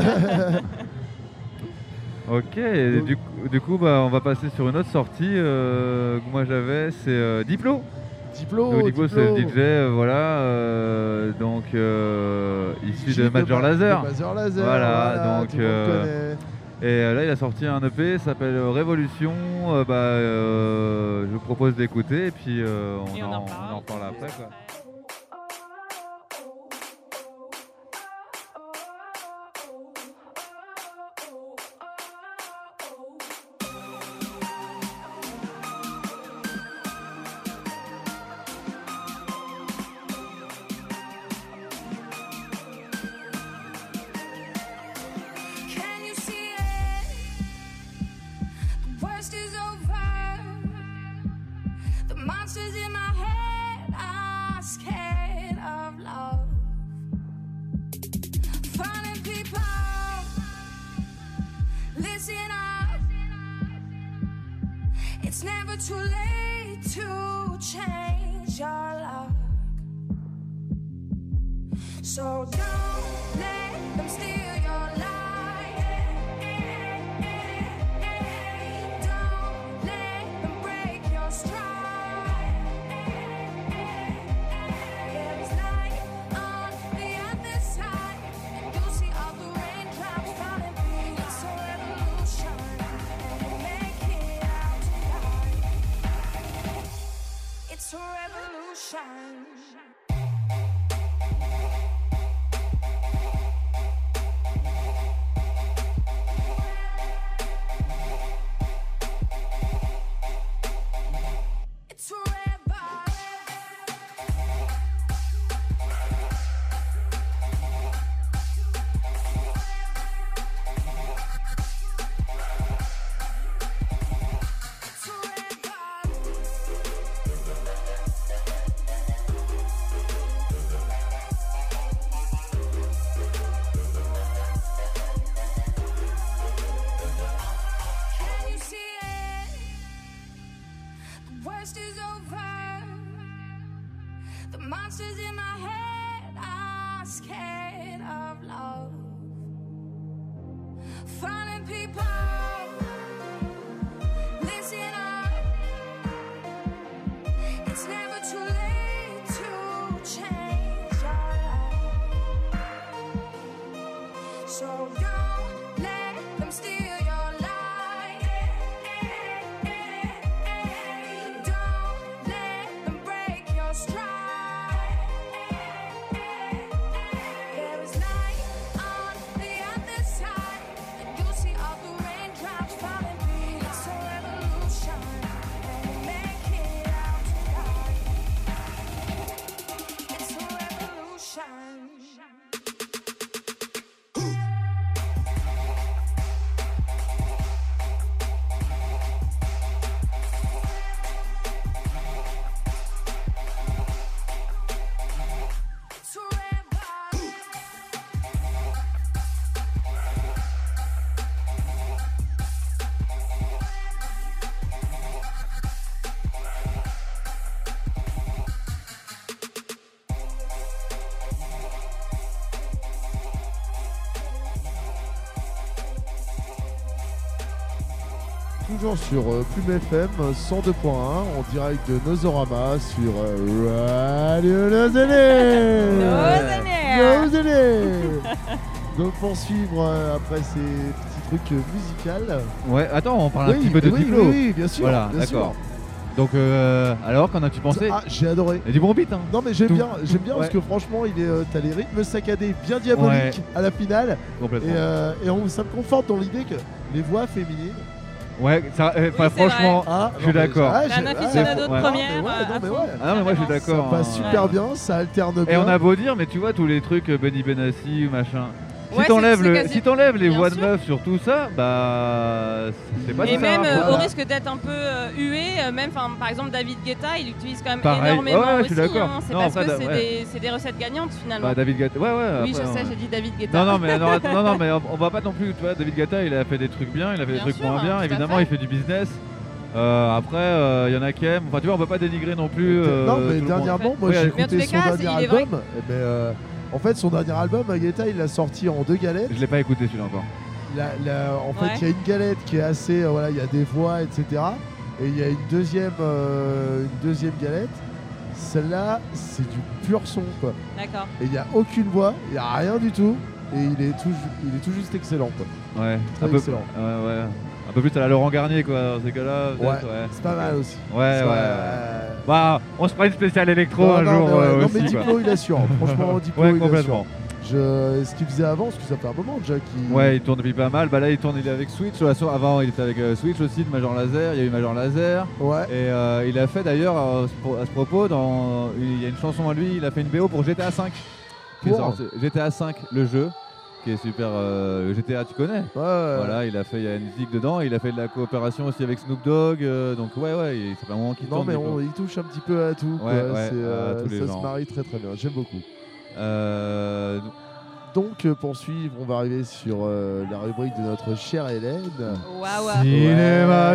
Ok, et du coup on va passer sur une autre sortie que moi j'avais, c'est Diplo. Donc, Diplo c'est le DJ, voilà, donc issu de Major Lazer. Voilà, donc et là il a sorti un EP, ça s'appelle Révolution. Je vous propose d'écouter et puis on en parle après quoi. Can you see it? The worst is over. The monsters in my head are scared of love. Finding people, listen up. It's never too late to change your luck. So don't let them steal your life. Don't let them break your stride. There is light on the other side, and you'll see all the raindrops falling. It's a revolution, and we'll make it out tonight. It's a revolution. It's forever. It's Can you see it? The worst is over. The monsters in my head are scared of love. Finding people, listen up. It's never too late to change your life. So don't let them steal your life. Don't let them break your stride. There is light on the other side, and you'll see all the raindrops falling. It's a revolution, and we'll make it out tonight. It's a revolution. Toujours sur Plume FM 102.1 en direct de Nosorama sur Radio Nozené. Donc pour suivre après ces petits trucs musicaux. Ouais, attends, on parle un petit peu de Diplo. Oui, bien sûr. Voilà, bien d'accord. sûr. Donc alors qu'en as-tu pensé? Ah, j'ai adoré. Il y a du bon beat, hein. Non mais j'aime Tout. bien parce Ouais. que franchement t'as les rythmes saccadés bien diaboliques à la finale. Complètement. Et ça me conforte dans l'idée que les voix féminines. Ouais, ça, franchement, je suis d'accord. C'est un aficionado de première. Ah non, mais moi je suis d'accord. Ça passe super bien, ça alterne bien. Et on a beau dire, mais tu vois tous les trucs Benny Benassi ou machin. Ouais, Si t'enlèves les bien voix de sûr. meufs sur tout ça, bah c'est pas Et ça. même hein. au risque d'être un peu hué, même par exemple David Guetta, il utilise quand même Pareil. énormément Ouais, je aussi. suis d'accord. Hein. C'est Non, parce après, que ouais. c'est des recettes gagnantes finalement. Bah, David Guetta, ouais. Oui, après, je sais, ouais. j'ai dit David Guetta. Non, mais on va pas non plus. Tu vois, David Guetta, il a fait des trucs bien, il a fait des trucs sûr, moins bien. tout à Évidemment, fait. il fait du business. Après, il y en a qui aiment. Enfin, tu vois, on peut pas dénigrer non plus. Non mais tout le monde. dernièrement, moi Oui, j'ai Mais en tous écouté les son cas, dernier il est vrai album. En fait, son dernier album, Guetta, il l'a sorti en 2 galettes. Je l'ai pas écouté celui-là encore. En fait, il y a une galette qui est assez, il y a des voix, etc. Et il y a une deuxième galette. Celle-là, c'est du pur son, quoi. D'accord. Et il n'y a aucune voix, il n'y a rien du tout. Et il est tout juste excellent, quoi. Ouais, Très excellent. Ouais. Un peu plus à la Laurent Garnier, quoi, dans ces cas-là. Ouais, peut-être, c'est pas mal aussi. Ouais. C'est vrai, Bah, on se fera une spéciale électro Non, un non, jour mais ouais, non, aussi. mais Diplo, il assure. Franchement, Diplo, Ouais, il complètement. assure. Ce qu'il faisait avant, parce que ça fait un moment déjà qu'il... Ouais, il tourne depuis pas mal. Bah là, il est avec Switch. Avant, il était avec Switch aussi, de Major Lazer. Il y a eu Major Lazer. Ouais. Et il a fait d'ailleurs, à ce propos, il y a une chanson à lui, il a fait une BO pour GTA 5. GTA 5, le jeu, qui est super. GTA, tu connais? Ouais. Voilà, il y a une musique dedans. Il a fait de la coopération aussi avec Snoop Dogg. Donc, ouais, ça fait un moment qu'il Non, tourne. mais il touche un petit peu à tout. Ouais, quoi. ouais, C'est, à tous les ça genres. se marie très très bien. J'aime beaucoup. Donc, pour suivre, on va arriver sur la rubrique de notre chère Hélène. Waouh. Cinéma,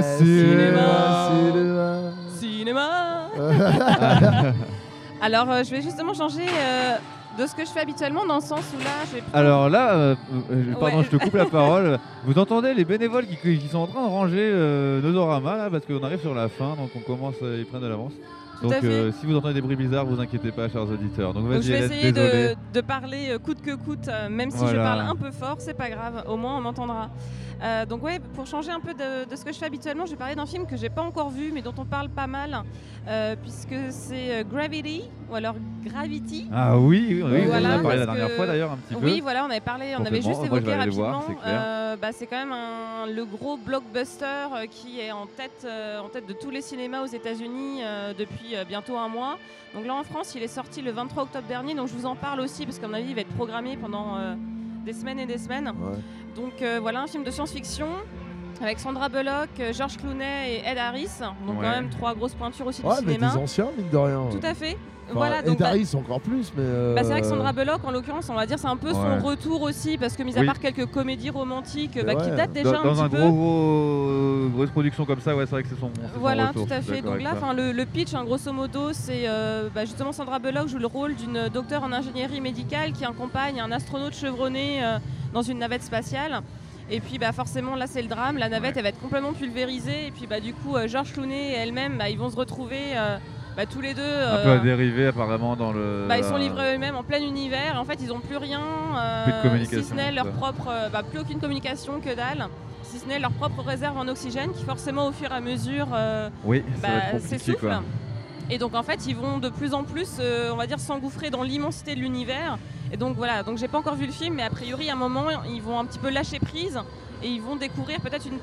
Cinéma. Alors, je vais justement changer de ce que je fais habituellement, dans le sens où là, je vais plutôt- Alors là, pardon, Ouais. je te coupe la parole. Vous entendez les bénévoles qui sont en train de ranger Nosorama là, parce qu'on arrive sur la fin, donc on commence, ils prennent de l'avance. Tout Donc à fait. si vous entendez des bruits bizarres, vous inquiétez pas, chers auditeurs. Donc Donc vas-y, je vais Hélène, essayer désolé. de parler coûte que coûte, même si je Voilà. parle un peu fort, c'est pas grave, au moins on m'entendra. Donc ouais, pour changer un peu de ce que je fais habituellement, je vais parler d'un film que j'ai pas encore vu, mais dont on parle pas mal, puisque c'est Gravity, ou alors Gravity. Ah oui, Voilà, on en a parlé parce la dernière que- fois d'ailleurs un petit peu. Oui, voilà, on avait parlé, on avait Complètement. juste Moi, je vais évoqué aller le rapidement. voir, c'est clair. C'est quand même le gros blockbuster qui est en tête de tous les cinémas aux États-Unis depuis bientôt un mois. Donc là en France, il est sorti le 23 octobre dernier, donc je vous en parle aussi parce qu'à mon avis, il va être programmé pendant des semaines et des semaines. Donc voilà, un film de science-fiction avec Sandra Bullock, George Clooney et Ed Harris. Donc quand même 3 grosses pointures aussi Ouais, du mais cinéma. des anciens, mine de rien. Tout à fait. Enfin, Voilà, Ed donc Harris encore plus, mais... c'est vrai que Sandra Bullock, en l'occurrence, on va dire, c'est un peu son retour aussi, parce que mis à Oui. part quelques comédies romantiques qui ouais. datent déjà Dans un un petit peu. grosse production comme ça, ouais, c'est vrai que c'est son Voilà, retour, tout à je suis fait. d'accord Donc là, avec ça. le pitch, grosso modo, c'est justement Sandra Bullock joue le rôle d'une docteure en ingénierie médicale qui accompagne un astronaute chevronné dans une navette spatiale. Et puis forcément, là, c'est le drame. La navette, elle va être complètement pulvérisée. Et puis du coup, George Clooney et elle-même, ils vont se retrouver tous les deux. Un peu à dériver apparemment dans le... Ils sont livrés eux-mêmes en plein univers. Et en fait, ils n'ont plus rien. Plus de communication, Si ce n'est leur ça. propre... plus aucune communication, que dalle. Si ce n'est leur propre réserve en oxygène qui, forcément, au fur et à mesure, Oui, ça va être compliqué, s'essouffle. quoi. Et donc en fait ils vont de plus en plus on va dire s'engouffrer dans l'immensité de l'univers. Et donc voilà, donc j'ai pas encore vu le film, mais a priori à un moment ils vont un petit peu lâcher prise et ils vont découvrir peut-être une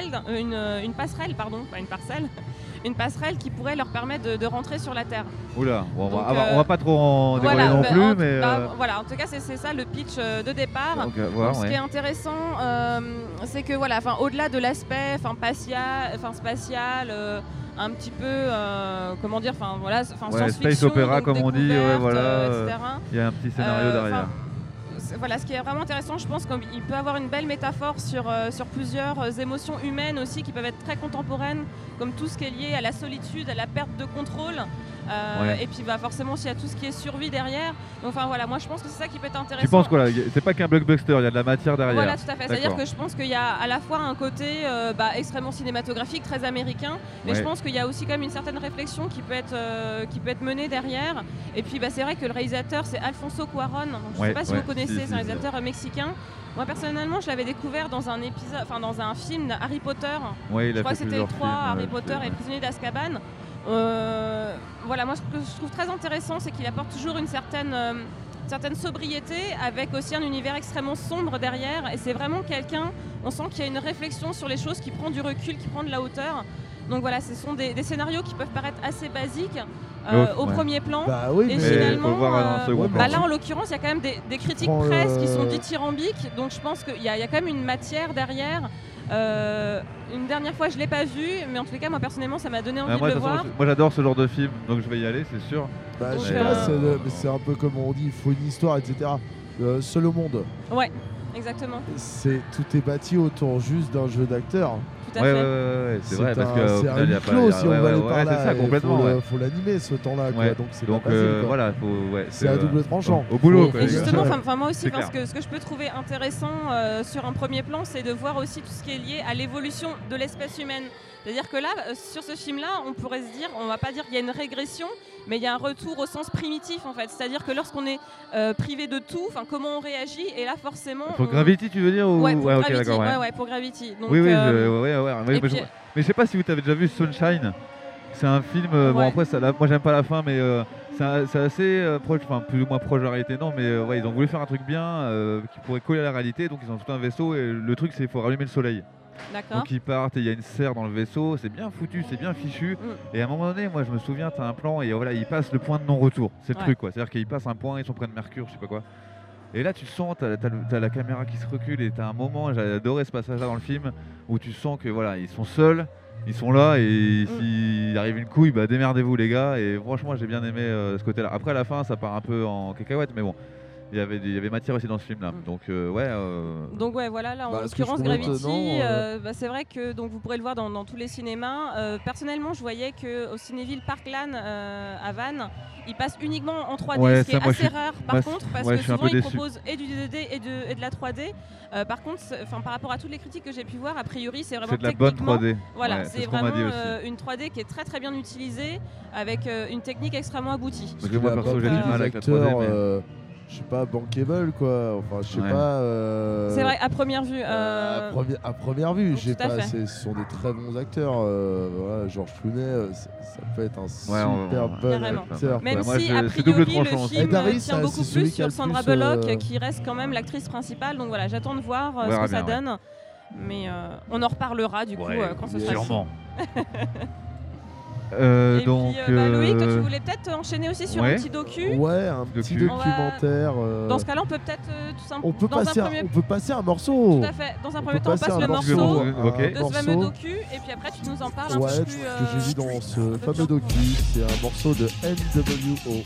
passerelle qui pourrait leur permettre de rentrer sur la Terre. Oula, bon, Donc, on va pas trop en dévoiler non plus, mais... Voilà, en tout cas c'est ça le pitch de départ. Donc, Donc, ce qui est intéressant, c'est que voilà, au-delà de l'aspect spatial, un petit peu, comment dire, science-fiction, space opéra donc comme on dit, etc. il y a un petit scénario derrière. Voilà, ce qui est vraiment intéressant, je pense qu'il peut avoir une belle métaphore sur plusieurs émotions humaines aussi qui peuvent être très contemporaines, comme tout ce qui est lié à la solitude, à la perte de contrôle. Et puis forcément aussi à tout ce qui est survie derrière. Donc voilà, moi je pense que c'est ça qui peut être intéressant. Tu penses quoi là? C'est pas qu'un blockbuster, il y a de la matière derrière. Voilà, tout à fait. C'est-à-dire D'accord. que je pense qu'il y a à la fois un côté extrêmement cinématographique, très américain, mais je pense qu'il y a aussi quand même une certaine réflexion qui peut être menée derrière. Et puis c'est vrai que le réalisateur c'est Alfonso Cuarón. Je ne sais pas si vous connaissez, c'est un réalisateur mexicain. Moi personnellement, je l'avais découvert dans un épisode, dans un film Harry Potter. Ouais, il a je crois fait que c'était le plusieurs 3, films, Harry je Potter sais, et Prisonnier d'Azkaban. Voilà, moi ce que je trouve très intéressant, c'est qu'il apporte toujours une certaine sobriété avec aussi un univers extrêmement sombre derrière. Et c'est vraiment quelqu'un, on sent qu'il y a une réflexion sur les choses, qui prend du recul, qui prend de la hauteur. Donc voilà, ce sont des scénarios qui peuvent paraître assez basiques au premier plan. Bah oui, et mais finalement, faut le voir dans le second plan. là en l'occurrence, il y a quand même des critiques presse qui sont dithyrambiques. Donc je pense qu'il y a quand même une matière derrière. Une dernière fois, je l'ai pas vu, mais en tout cas, moi personnellement, ça m'a donné envie de le voir. Moi, j'adore ce genre de film, donc je vais y aller, c'est sûr. Bah, je sais pas, c'est un peu comme on dit, il faut une histoire, etc. Seul au monde. Ouais, exactement. Tout est bâti autour juste d'un jeu d'acteur. Tout à fait. Ouais, c'est vrai, parce que c'est un huis clos si on va aller par là. C'est ça, complètement. Faut l'animer ce temps-là, quoi. Donc c'est donc pas facile, quoi. voilà, c'est à double tranchant. Au boulot. Et justement, moi aussi, ce que je peux trouver intéressant sur un premier plan, c'est de voir aussi tout ce qui est lié à l'évolution de l'espèce humaine. C'est-à-dire que là, sur ce film-là, on pourrait se dire, on va pas dire qu'il y a une régression, mais il y a un retour au sens primitif en fait. C'est-à-dire que lorsqu'on est privé de tout, comment on réagit, et là forcément. Pour Gravity, tu veux dire ou... Ouais, pour Gravity. Okay, d'accord, ouais, pour Gravity. Donc, oui, mais je sais pas si vous avez déjà vu Sunshine. C'est un film. Bon après, moi j'aime pas la fin, mais c'est assez proche, plus ou moins proche de la réalité, non, mais ils ont voulu faire un truc bien qui pourrait coller à la réalité, donc ils ont tout un vaisseau et le truc c'est qu'il faut rallumer le soleil. D'accord. Donc ils partent et il y a une serre dans le vaisseau, c'est bien foutu, c'est bien fichu. Et à un moment donné, moi je me souviens, t'as un plan et voilà, ils passent le point de non-retour. C'est le truc quoi, c'est-à-dire qu'ils passent un point, ils sont près de Mercure, je sais pas quoi. Et là tu sens, t'as la caméra qui se recule et t'as un moment, j'ai adoré ce passage-là dans le film, où tu sens que voilà, ils sont seuls, ils sont là et s'il arrive une couille, bah démerdez-vous les gars. Et franchement j'ai bien aimé ce côté-là. Après à la fin ça part un peu en cacahuète, mais bon. Il y avait matière aussi dans ce film là. Donc voilà, là en l'occurrence Gravity, c'est vrai que donc vous pourrez le voir dans tous les cinémas. Personnellement, je voyais que au Cinéville Parkland à Vannes, il passe uniquement en 3D, ce qui est assez rare par contre, parce que souvent ils proposent et du 2D et de la 3D. Par contre, par rapport à toutes les critiques que j'ai pu voir, a priori c'est vraiment de la bonne 3D. Voilà, c'est vraiment une 3D qui est très très bien utilisée avec une technique extrêmement aboutie. Parce que moi perso j'ai du mal avec la 3D. Mais... Je sais pas, bankable quoi. Enfin, je sais pas. C'est vrai, à première vue. À première vue, ce sont des très bons acteurs. Voilà, Georges Clooney, ça peut être un super bon acteur. Même si a priori le film tient beaucoup plus sur Sandra Bullock, qui reste quand même l'actrice principale. Donc voilà, j'attends de voir ce que ça donne. Mais on en reparlera du coup quand ce sera sûrement. Et puis Loïc, toi, tu voulais peut-être enchaîner aussi sur un petit docu. Ouais, un petit documentaire. Dans ce cas-là, on peut peut-être tout simplement. On peut passer un morceau. Tout à fait. Dans un premier temps, on passe le morceau de ce fameux docu, et puis après, tu nous en parles un peu plus. Ce que j'ai vu dans ce fameux docu, c'est un morceau de NWO.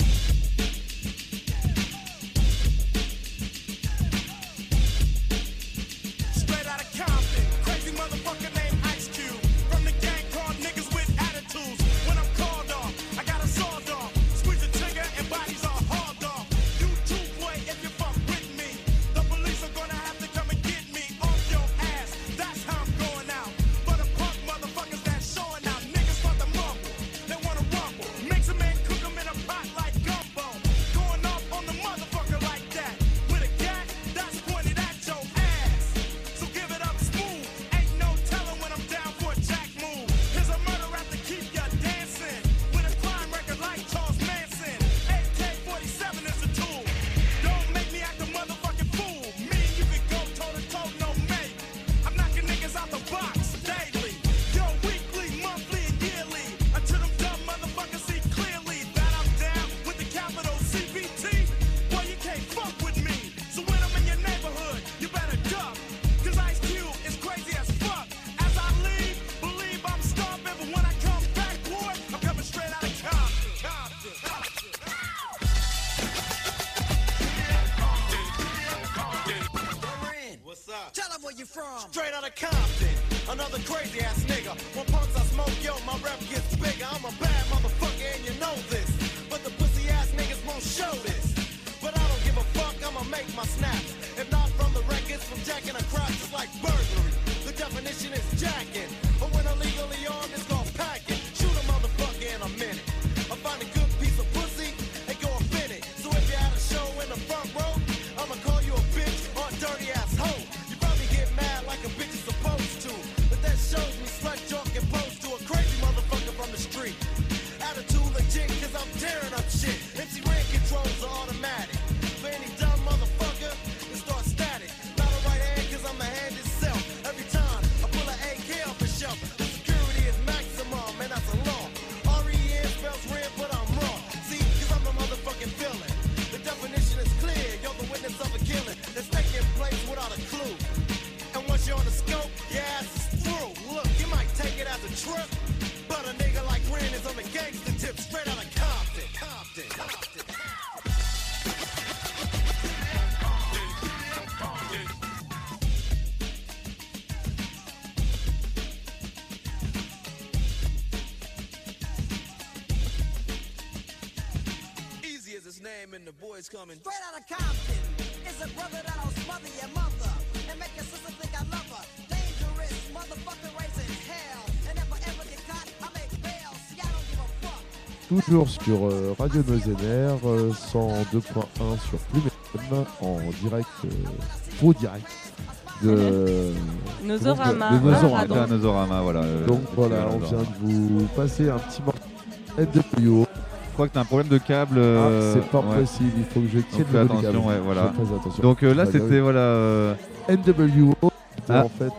the trip. But a nigga like Ren is on the gangster tip, straight out of Compton. Easy as his name and the boys coming straight out of Compton. It's a brother that'll smother your mother and make your sister think I love her. Dangerous motherfucker raising hell. And if I ever get caught, I make bail. See, I don't give a fuck. Toujours sur Radio Nozener, 102.1 sur Plume FM, en direct, faux direct de Nosorama. De Nosorama, voilà. Donc voilà, on vient de vous passer un petit morceau NWO. Je crois que t'as un problème de câble. C'est pas possible, il faut que je tienne le câble. Attention, ouais, voilà. Je fais attention. Donc là, c'était voilà. NWO. En fait,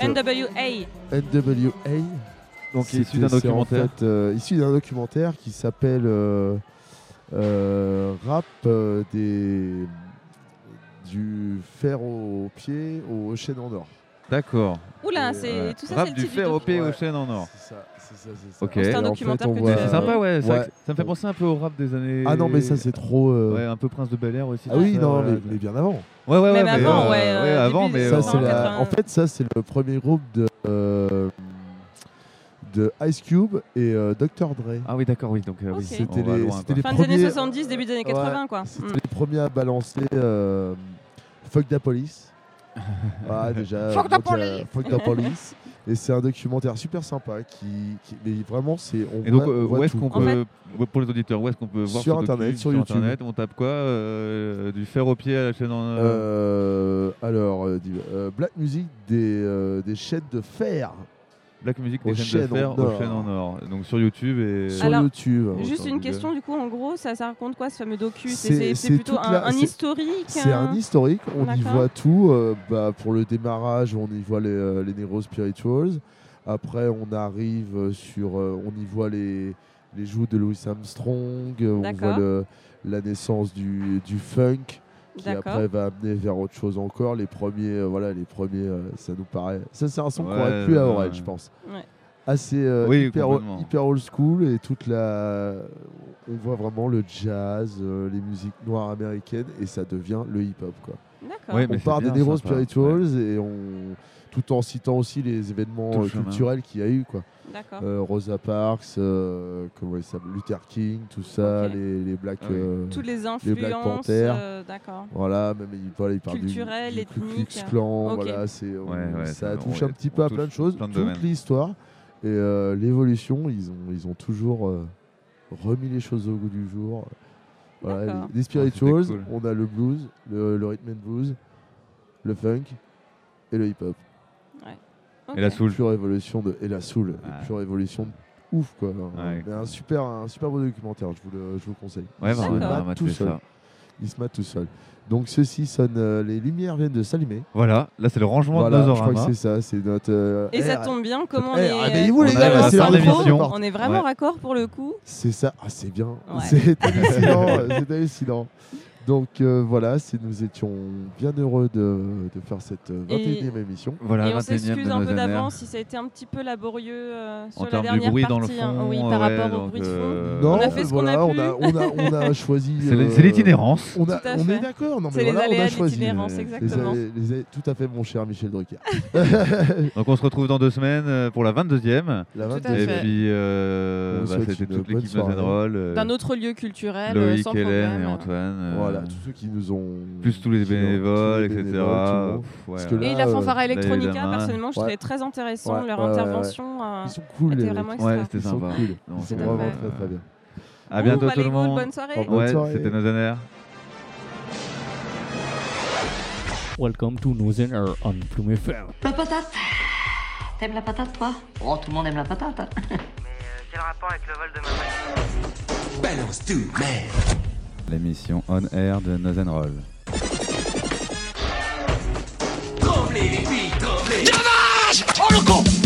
NWA. Donc issu d'un documentaire. En fait, issu d'un documentaire qui s'appelle Rap du fer au pied aux chaînes en or. D'accord. Oula, c'est tout ça, Rap c'est le du titre fer du au pied docu. aux chaînes en or. C'est ça. Ok. C'est un documentaire que tu C'est sympa, ouais. Ça me fait penser un peu au rap des années. Ah non, mais ça c'est trop. Ouais, un peu Prince de Bel-Air aussi. Ah oui, ça, non, voilà. mais bien avant. Ouais. Même avant, avant, mais ça, c'est en fait, ça c'est le premier groupe de Ice Cube et Dr. Dre. Ah oui, d'accord, oui. Donc Ok. C'était les Fin des années premiers. 70, début des années 80, quoi. C'était les premiers à balancer Fuck the Police. Ah, déjà. Fuck the police. Fuck the Police. Et c'est un documentaire super sympa mais vraiment c'est. Et donc où est-ce qu'on peut, pour les auditeurs, où est-ce qu'on peut voir sur ce docu internet, sur YouTube. Internet, on tape quoi du fer au pied à la chaîne en or. Alors Black Music des chaînes de fer. Black Music des chaînes de fer aux chaînes en or. Donc sur YouTube et Alors, YouTube. Juste sur une Google. question, du coup, en gros, ça raconte quoi ce fameux docu? C'est C'est plutôt toute la- un c'est- historique? C'est un historique, on y D'accord. voit tout. Pour le démarrage, on y voit les Negro Spirituals. Après, on arrive sur. On y voit les joues de Louis Armstrong. On D'accord. voit la naissance du funk. Qui D'accord. après va amener vers autre chose encore. Les premiers, ça nous paraît. Ça, c'est un son qu'on Ouais, aurait pu à ouais. oreille, je pense. Ouais. Assez Oui, hyper complètement. old school et on voit vraiment le jazz, les musiques noires américaines et ça devient le hip-hop, quoi. D'accord. Ouais, mais On c'est part des bien Negro sympa. Spirituals et tout en citant aussi les événements Tout le chemin. culturels qu'il y a eu, quoi. D'accord. Rosa Parks, comment il s'appelle, Luther King, tout ça, Ok. les Black, Ah oui. Toutes les les Black influences, Panthers. d'accord. Voilà, même il parle Culturelles, du Ku Klux ethniques. Klan, Ok. voilà, Ouais, ça on- touche on- un petit on peu à touche plein de choses, plein de toute domaines. l'histoire et l'évolution, ils ont toujours remis les choses au goût du jour. Voilà, D'accord. les spirituals, c'était cool. on a le blues, le rhythm and blues, le funk et le hip-hop. Ok. Et la soul. Pure évolution et la soul, Ouais. pure évolution de ouf, quoi. Ouais. Mais un super beau documentaire, je vous le conseille. Ouais, Il se on va mate tout mater seul. ça. Il se mate tout seul. Donc ceci sonne, les lumières viennent de s'allumer. Voilà, là c'est le rangement Voilà, de je crois Nosorama. que c'est ça, c'est notre. Et ça tombe bien, comment on Eh, est. réveillez-vous, les on gars, arrive à la c'est fin l'heure de de l'émission. partir. On est vraiment Ouais. raccord pour le coup. C'est ça, c'est bien. Ouais. C'est hallucinant, c'est hallucinant. Donc voilà, nous étions bien heureux de faire cette 21e émission. Voilà, Et on 21e s'excuse de un peu Nozener. d'avance si ça a été un petit peu laborieux sur En la termes du dernière bruit partie. dans le fond, Oui, par ouais, rapport au donc, bruit de fond. Non, on a fait ce qu'on voilà, a pu. on a choisi. C'est l'itinérance. On Tout à est fait. d'accord, non mais C'est les voilà, on aléas a de choisi. l'itinérance, exactement. Tout à fait, mon cher Michel Drucker. Donc on se retrouve dans 2 semaines pour la 22e. La Tout à 22e. Et fait. puis On souhaite c'était une toute bonne l'équipe soirée. Nozenroll. D'un autre lieu culturel, Loïc, sans Hélène problème. et Antoine. Voilà, tous ceux qui nous ont. Plus tous les qui ont- bénévoles, tous les etc. bénévoles, tout le monde. Ouais, Parce que ouais. Et là, la fanfare là, electronica, évidemment. personnellement, je Ouais. trouvais très intéressant Ouais, leur ouais, ouais, intervention. Ils sont cool, était les vraiment mecs. extra. Ouais, c'était Ils sont sympa. cool. Non, Ils sont c'est vraiment vrai. très bien. À Bon, bientôt bah, tout les le gouttes, monde. bonne soirée. Bonne Ouais, soirée. c'était Nozener. Welcome to Nozener on Plume FM. La patate. T'aimes la patate, toi? Oh, tout le monde aime la patate. Hein. Mais quel rapport avec le vol de ma machine? Balance tout, merde. L'émission On Air de Nozenroll. Tremblez les filles, tremblez. Dommage. Oh le con.